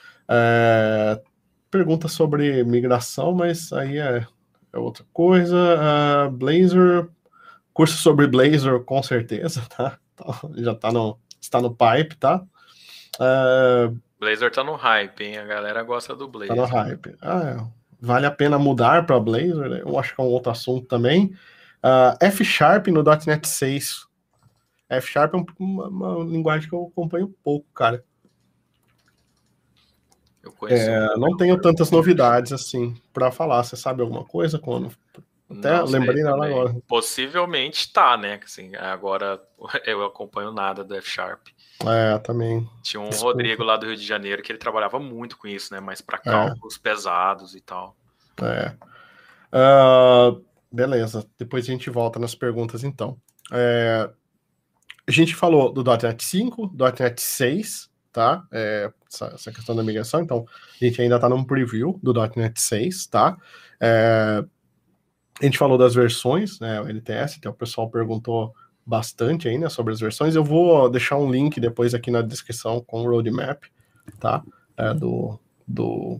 Pergunta sobre migração, mas aí é outra coisa. Blazor, curso sobre Blazor, com certeza, tá? Já está no pipe, tá? Blazor tá no hype, hein? A galera gosta do Blazor. Tá no hype. Vale a pena mudar para Blazor? Né? Eu acho que é um outro assunto também. F# no .NET 6. F# é uma linguagem que eu acompanho pouco, cara. Eu conheço. Não tenho tantas novidades assim para falar. Você sabe alguma coisa, quando? Até não lembrei dela agora. Possivelmente tá, né? Assim, agora eu acompanho nada do F#. Também. Tinha um Rodrigo lá do Rio de Janeiro que ele trabalhava muito com isso, né? Mas para cálculos pesados e tal. Beleza. Depois a gente volta nas perguntas, então. A gente falou do .NET 5, .NET 6, tá? Essa questão da migração. Então, a gente ainda tá num preview do .NET 6, tá? A gente falou das versões, né? O LTS, então o pessoal perguntou bastante aí, né, sobre as versões. Eu vou deixar um link depois aqui na descrição com o roadmap, tá? Do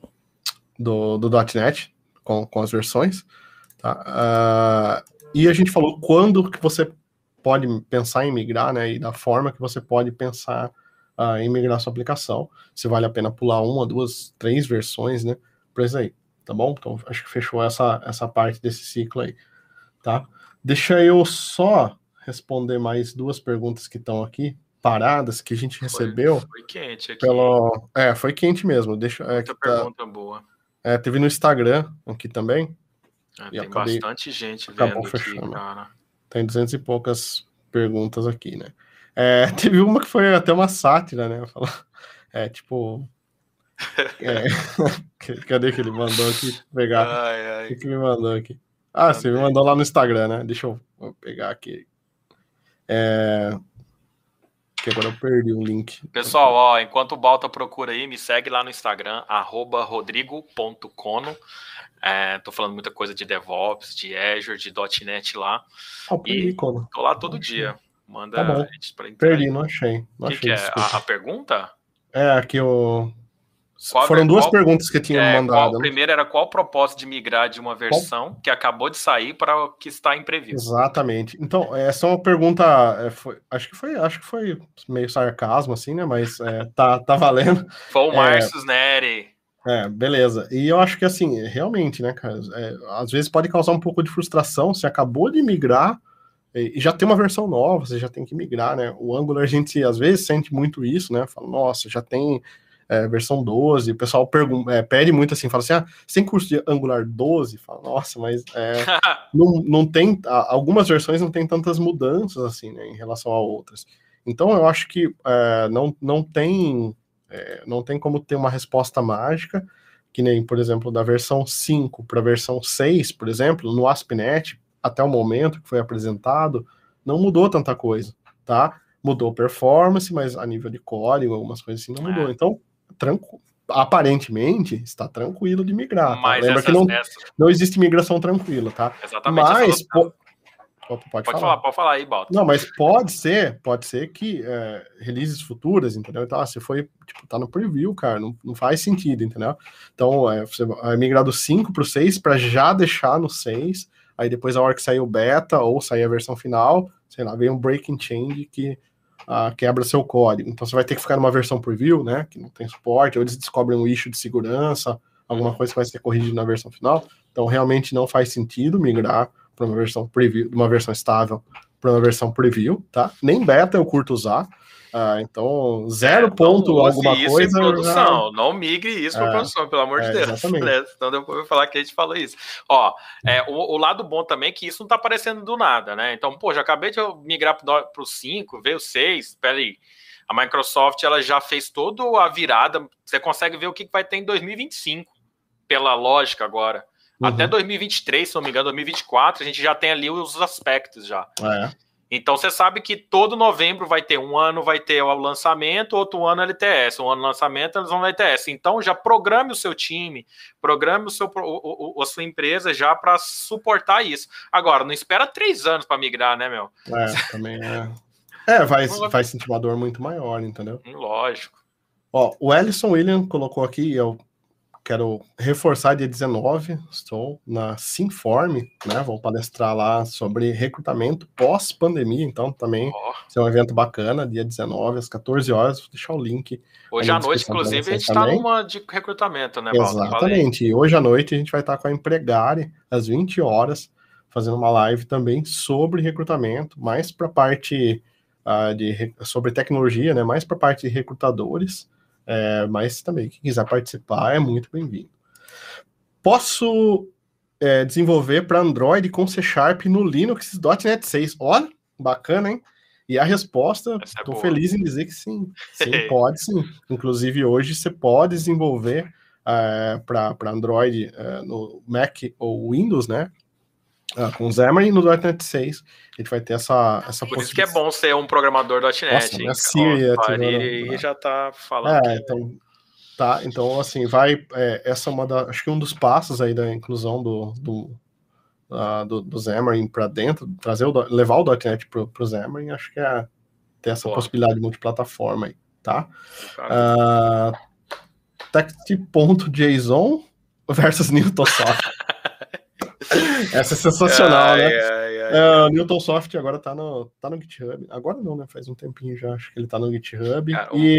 .NET com as versões, tá? E a gente falou quando que você pode pensar em migrar, né? E da forma que você pode pensar em migrar sua aplicação. Se vale a pena pular 1, 2, 3 versões, né? Por isso aí, tá bom? Então, acho que fechou essa parte desse ciclo aí, tá? Deixa eu só responder mais 2 perguntas que estão aqui, paradas, que a gente recebeu. Foi quente aqui. Foi quente mesmo. Muita pergunta boa. Teve no Instagram aqui também. Tem bastante gente vendo fechando. Aqui, cara. Tem 200 e poucas perguntas aqui, né? Teve uma que foi até uma sátira, né? Tipo... Cadê que ele mandou aqui? Pegar. O que me mandou aqui? Você me mandou lá no Instagram, né? Deixa eu pegar aqui. Que agora eu perdi o link. Pessoal, enquanto o Balta procura aí, me segue lá no Instagram, @rodrigo.cono. Tô falando muita coisa de DevOps, de Azure, de .NET lá. E tô lá todo dia. Manda tá bom. Perdi, não achei. O que é? A pergunta? Aqui foram duas perguntas que eu tinha mandado. A primeira era qual o propósito de migrar de uma versão que acabou de sair para o que está em preview. Exatamente. Então, essa é uma pergunta, acho que foi meio sarcasmo, assim, né? Mas tá valendo. Foi o Márcio Neri. Beleza. E eu acho que, assim, realmente, né, cara, às vezes pode causar um pouco de frustração. Você acabou de migrar e já tem uma versão nova, você já tem que migrar, né? O Angular, a gente às vezes sente muito isso, né? Fala, nossa, já tem... versão 12, o pessoal pede muito assim, fala assim, você tem curso de Angular 12? Fala, nossa, mas não tem, algumas versões não tem tantas mudanças assim, né, em relação a outras. Então eu acho que não tem como ter uma resposta mágica, que nem, por exemplo, da versão 5 para a versão 6, por exemplo, no ASP.NET, até o momento que foi apresentado, não mudou tanta coisa, tá? Mudou performance, mas a nível de código, algumas coisas assim, não mudou. Então, aparentemente está tranquilo de migrar, tá? Lembra que não existe migração tranquila, tá? Exatamente. Mas pode falar aí, Balta. Não, mas pode ser que releases futuras, entendeu? Então, você foi, tá no preview, cara, não faz sentido, entendeu? Então, você vai migrar do 5 pro 6 para já deixar no 6, aí depois a hora que sair o beta ou sair a versão final, sei lá, vem um breaking change que quebra seu código. Então você vai ter que ficar numa versão preview, né, que não tem suporte, ou eles descobrem um issue de segurança, alguma coisa que vai ser corrigida na versão final. Então realmente não faz sentido migrar para uma versão preview, uma versão estável para uma versão preview, tá? Nem beta eu curto usar. Então, 0 ponto alguma isso coisa. Em produção, não migre isso para produção, pelo amor de Deus. Exatamente. Né? Então depois eu vou falar que a gente falou isso. O lado bom também é que isso não tá aparecendo do nada, né? Então, já acabei de migrar pro 5, veio o 6, espera aí. A Microsoft ela já fez toda a virada. Você consegue ver o que vai ter em 2025, pela lógica agora. Até 2023, se não me engano, 2024, a gente já tem ali os aspectos já. Então você sabe que todo novembro vai ter, um ano vai ter o lançamento, outro ano LTS, um ano lançamento, eles vão LTS. Então já programe o seu time, programe a sua empresa já para suportar isso. Agora, não espera 3 anos para migrar, né, meu? Também vai sentir uma dor muito maior, entendeu? Lógico. O Ellison William colocou aqui, eu quero reforçar, dia 19, estou na Sinform, né? Vou palestrar lá sobre recrutamento pós-pandemia, então também é um evento bacana, dia 19, às 14 horas, vou deixar o link. Hoje à noite, inclusive, a gente está numa de recrutamento, né, Balta? Exatamente, e hoje à noite a gente vai estar com a Empregare, às 20 horas, fazendo uma live também sobre recrutamento, mais para a parte sobre tecnologia, né? Mais para a parte de recrutadores, mas também, quem quiser participar é muito bem-vindo. Posso desenvolver para Android com C# no Linux .NET 6. Olha, bacana, hein? E a resposta, estou feliz em dizer que sim. Sim, pode sim. Inclusive, hoje você pode desenvolver para Android no Mac ou Windows, né? Com o Xamarin no .NET 6, a gente vai ter essa Por isso que é bom ser um programador .NET. Nossa, já tá falando. Então assim, essa é acho que um dos passos aí da inclusão do Xamarin para dentro, levar o .NET pro Xamarin, acho que ter essa possibilidade de multiplataforma aí, tá? Text.json versus Newtonsoft. Essa é sensacional, né? O Newtonsoft agora tá no GitHub. Agora não, né? Faz um tempinho já, acho que ele tá no GitHub.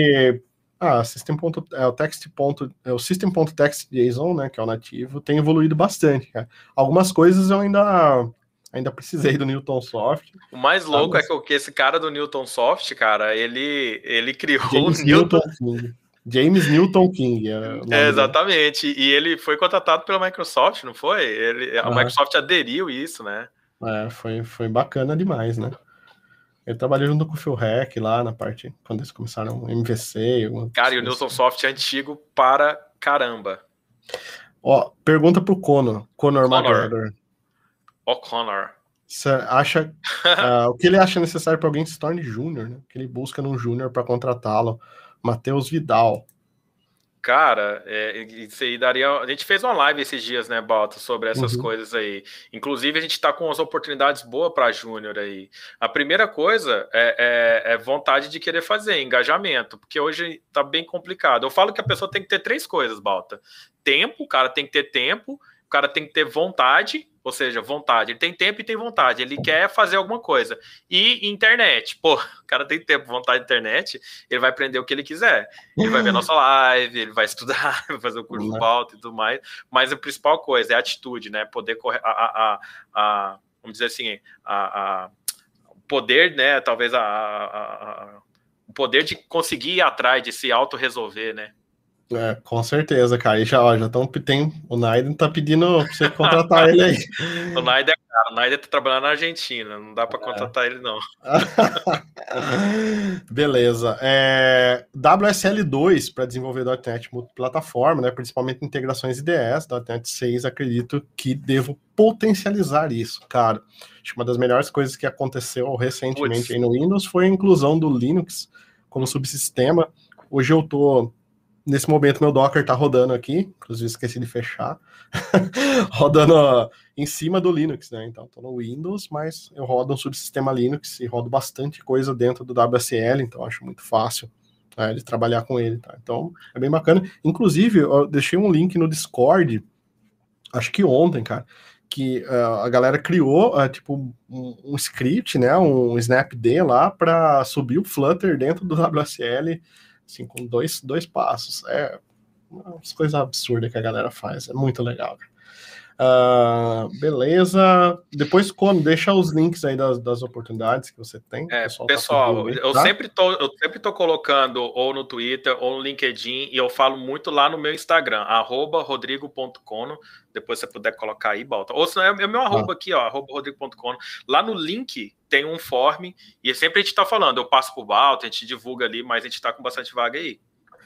O System.text.json, né? Que é o nativo, tem evoluído bastante, cara. Algumas coisas eu ainda precisei do Newtonsoft. O mais louco é que esse cara do Newtonsoft, cara, ele criou o Newton. James Newton King. Exatamente. E ele foi contratado pela Microsoft, não foi? A Microsoft aderiu isso, né? Foi bacana demais, né? Ele trabalhou junto com o Phil Heck lá na parte, quando eles começaram MVC. Cara, e o Newton Soft é antigo para caramba. Ó, pergunta pro Conor McGregor. O'Connor. Você acha o que ele acha necessário para alguém que se torne júnior, né? Que ele busca num júnior para contratá-lo? Matheus Vidal. Cara, isso aí daria. A gente fez uma live esses dias, né, Balta, sobre essas coisas aí. Inclusive, a gente tá com umas oportunidades boas para júnior aí. A primeira coisa é vontade de querer fazer, engajamento, porque hoje tá bem complicado. Eu falo que a pessoa tem que ter 3 coisas, Balta. Tempo, o cara tem que ter tempo, o cara tem que ter vontade. Ou seja, vontade. Ele tem tempo e tem vontade. Ele quer fazer alguma coisa. E internet. Pô, o cara tem tempo, vontade de internet, ele vai aprender o que ele quiser. Ele vai ver a nossa live, ele vai estudar, vai fazer o curso do Balta e tudo mais. Mas a principal coisa é a atitude, né? Poder correr, vamos dizer assim, o poder, né? Talvez o poder de conseguir ir atrás, de se auto-resolver, né? Com certeza, cara. E já o Naiden tá pedindo pra você contratar ele aí. O Naiden é caro, o Naiden tá trabalhando na Argentina, não dá pra contratar ele, não. Beleza. WSL2 para desenvolver .NET multiplataforma, né? Principalmente integrações IDEs, .NET 6, acredito que devo potencializar isso, cara. Acho que uma das melhores coisas que aconteceu recentemente aí no Windows foi a inclusão do Linux como subsistema. Hoje eu tô... Nesse momento, meu Docker tá rodando aqui, inclusive esqueci de fechar, rodando em cima do Linux, né? Então, tô no Windows, mas eu rodo um subsistema Linux e rodo bastante coisa dentro do WSL, então acho muito fácil de trabalhar com ele, tá? Então, é bem bacana. Inclusive, eu deixei um link no Discord, acho que ontem, cara, que a galera criou, tipo, um script, né? Um snapd lá para subir o Flutter dentro do WSL, assim, com dois passos. Umas coisas absurdas que a galera faz. É muito legal. Beleza. Depois, deixa os links aí das oportunidades que você tem. Pessoal, eu sempre tô colocando ou no Twitter ou no LinkedIn, e eu falo muito lá no meu Instagram, @rodrigo.cono. Depois você puder colocar aí, Balta. Ou se não, é meu arroba aqui, ó, @rodrigo.cono. Lá no link tem um form, e sempre a gente tá falando, eu passo pro Balta, a gente divulga ali, mas a gente tá com bastante vaga aí.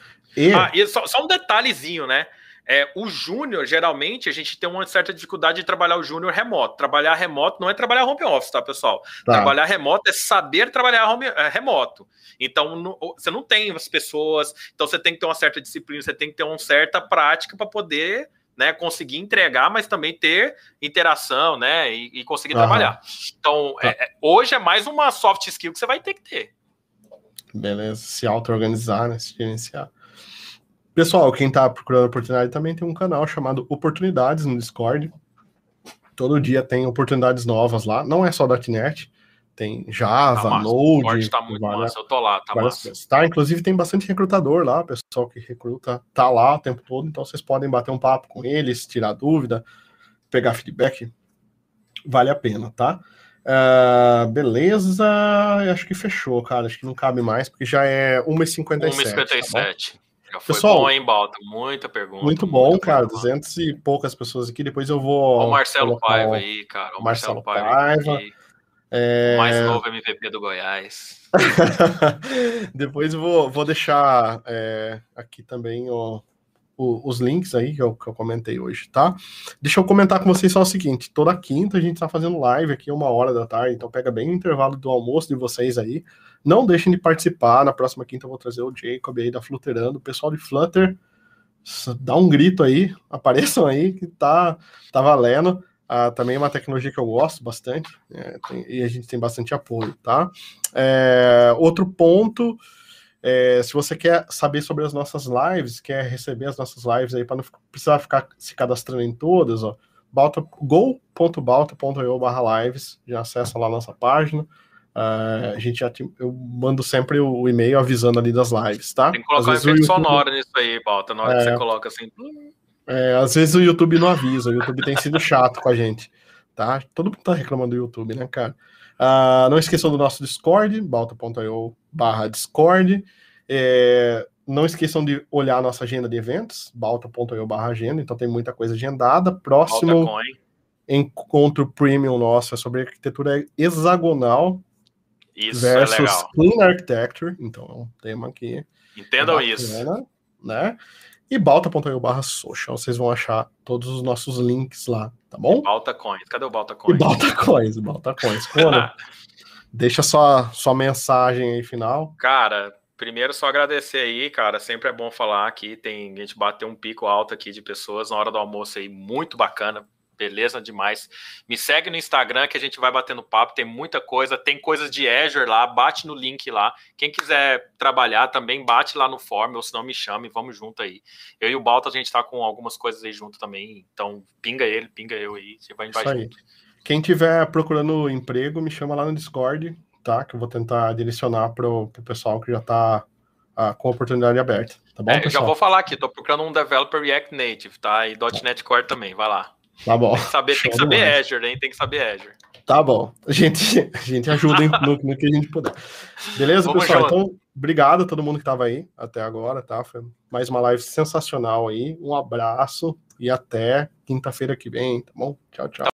E só um detalhezinho, né? O júnior, geralmente, a gente tem uma certa dificuldade de trabalhar o júnior remoto. Trabalhar remoto não é trabalhar home office, tá, pessoal? Trabalhar remoto é saber trabalhar remoto. Então, você não tem as pessoas, então você tem que ter uma certa disciplina, você tem que ter uma certa prática para poder, né, conseguir entregar, mas também ter interação, né, e conseguir trabalhar. Então, hoje é mais uma soft skill que você vai ter que ter. Beleza, se auto-organizar, né, se gerenciar. Pessoal, quem tá procurando oportunidade também tem um canal chamado Oportunidades no Discord. Todo dia tem oportunidades novas lá. Não é só .NET, tem Java, Node. Tá muito massa, eu tô lá, tá massa. Tá, inclusive tem bastante recrutador lá, o pessoal que recruta tá lá o tempo todo, então vocês podem bater um papo com eles, tirar dúvida, pegar feedback. Vale a pena, tá? Beleza, acho que fechou, cara. Acho que não cabe mais, porque já é 1h57. 1h57. Tá, já foi pessoal, bom, hein, Balta? Muita pergunta. Muito bom, cara. 200 e poucas pessoas aqui. Depois eu vou... Olha o Marcelo Paiva aí, cara. O Marcelo Paiva. O mais novo MVP do Goiás. Depois eu vou deixar aqui também os links aí que eu comentei hoje, tá? Deixa eu comentar com vocês só o seguinte. Toda quinta a gente tá fazendo live aqui 1h da tarde, então pega bem o intervalo do almoço de vocês aí. Não deixem de participar. Na próxima quinta eu vou trazer o Jacob aí da Flutterando. O pessoal de Flutter, dá um grito aí, apareçam aí que tá valendo. Também é uma tecnologia que eu gosto bastante, e a gente tem bastante apoio, tá? Outro ponto, se você quer saber sobre as nossas lives, quer receber as nossas lives aí para não precisar ficar se cadastrando em todas, ó, go.balta.io/lives, já acessa lá a nossa página. Eu mando sempre o e-mail avisando ali das lives, tá? Tem que colocar um efeito sonoro nisso aí, Balta, na hora que você coloca assim. Às vezes o YouTube não avisa, o YouTube tem sido chato com a gente, tá? Todo mundo tá reclamando do YouTube, né, cara? Não esqueçam do nosso Discord, balta.io/Discord. não esqueçam de olhar a nossa agenda de eventos, balta.io/agenda, então tem muita coisa agendada. Próximo encontro premium nosso é sobre arquitetura hexagonal. Isso versus é legal. Clean Architecture, então é um tema que entendam bacana, isso, né? E balta.io/social, vocês vão achar todos os nossos links lá, tá bom? E Baltacoins, cadê o Baltacoins? E Baltacoins. Deixa sua mensagem aí final. Cara, primeiro só agradecer aí, cara, sempre é bom falar aqui, a gente bateu um pico alto aqui de pessoas na hora do almoço aí, muito bacana, beleza demais. Me segue no Instagram que a gente vai batendo papo, tem muita coisa, tem coisas de Azure lá, bate no link lá. Quem quiser trabalhar também, bate lá no form, ou se não me chame, vamos junto aí. Eu e o Balta, a gente tá com algumas coisas aí junto também, então pinga ele, pinga eu aí, você vai junto. Quem tiver procurando emprego, me chama lá no Discord, tá? Que eu vou tentar direcionar pro pessoal que já tá com a oportunidade aberta, tá bom, pessoal? Eu já vou falar aqui, tô procurando um developer React Native, tá? E .NET Core também, vai lá. Tá bom. Tem que saber Azure, hein? Tem que saber Azure. Tá bom. A gente ajuda no que a gente puder. Beleza, vamos pessoal? Junto. Então, obrigado a todo mundo que estava aí até agora, tá? Foi mais uma live sensacional aí. Um abraço e até quinta-feira que vem, tá bom? Tchau, tchau.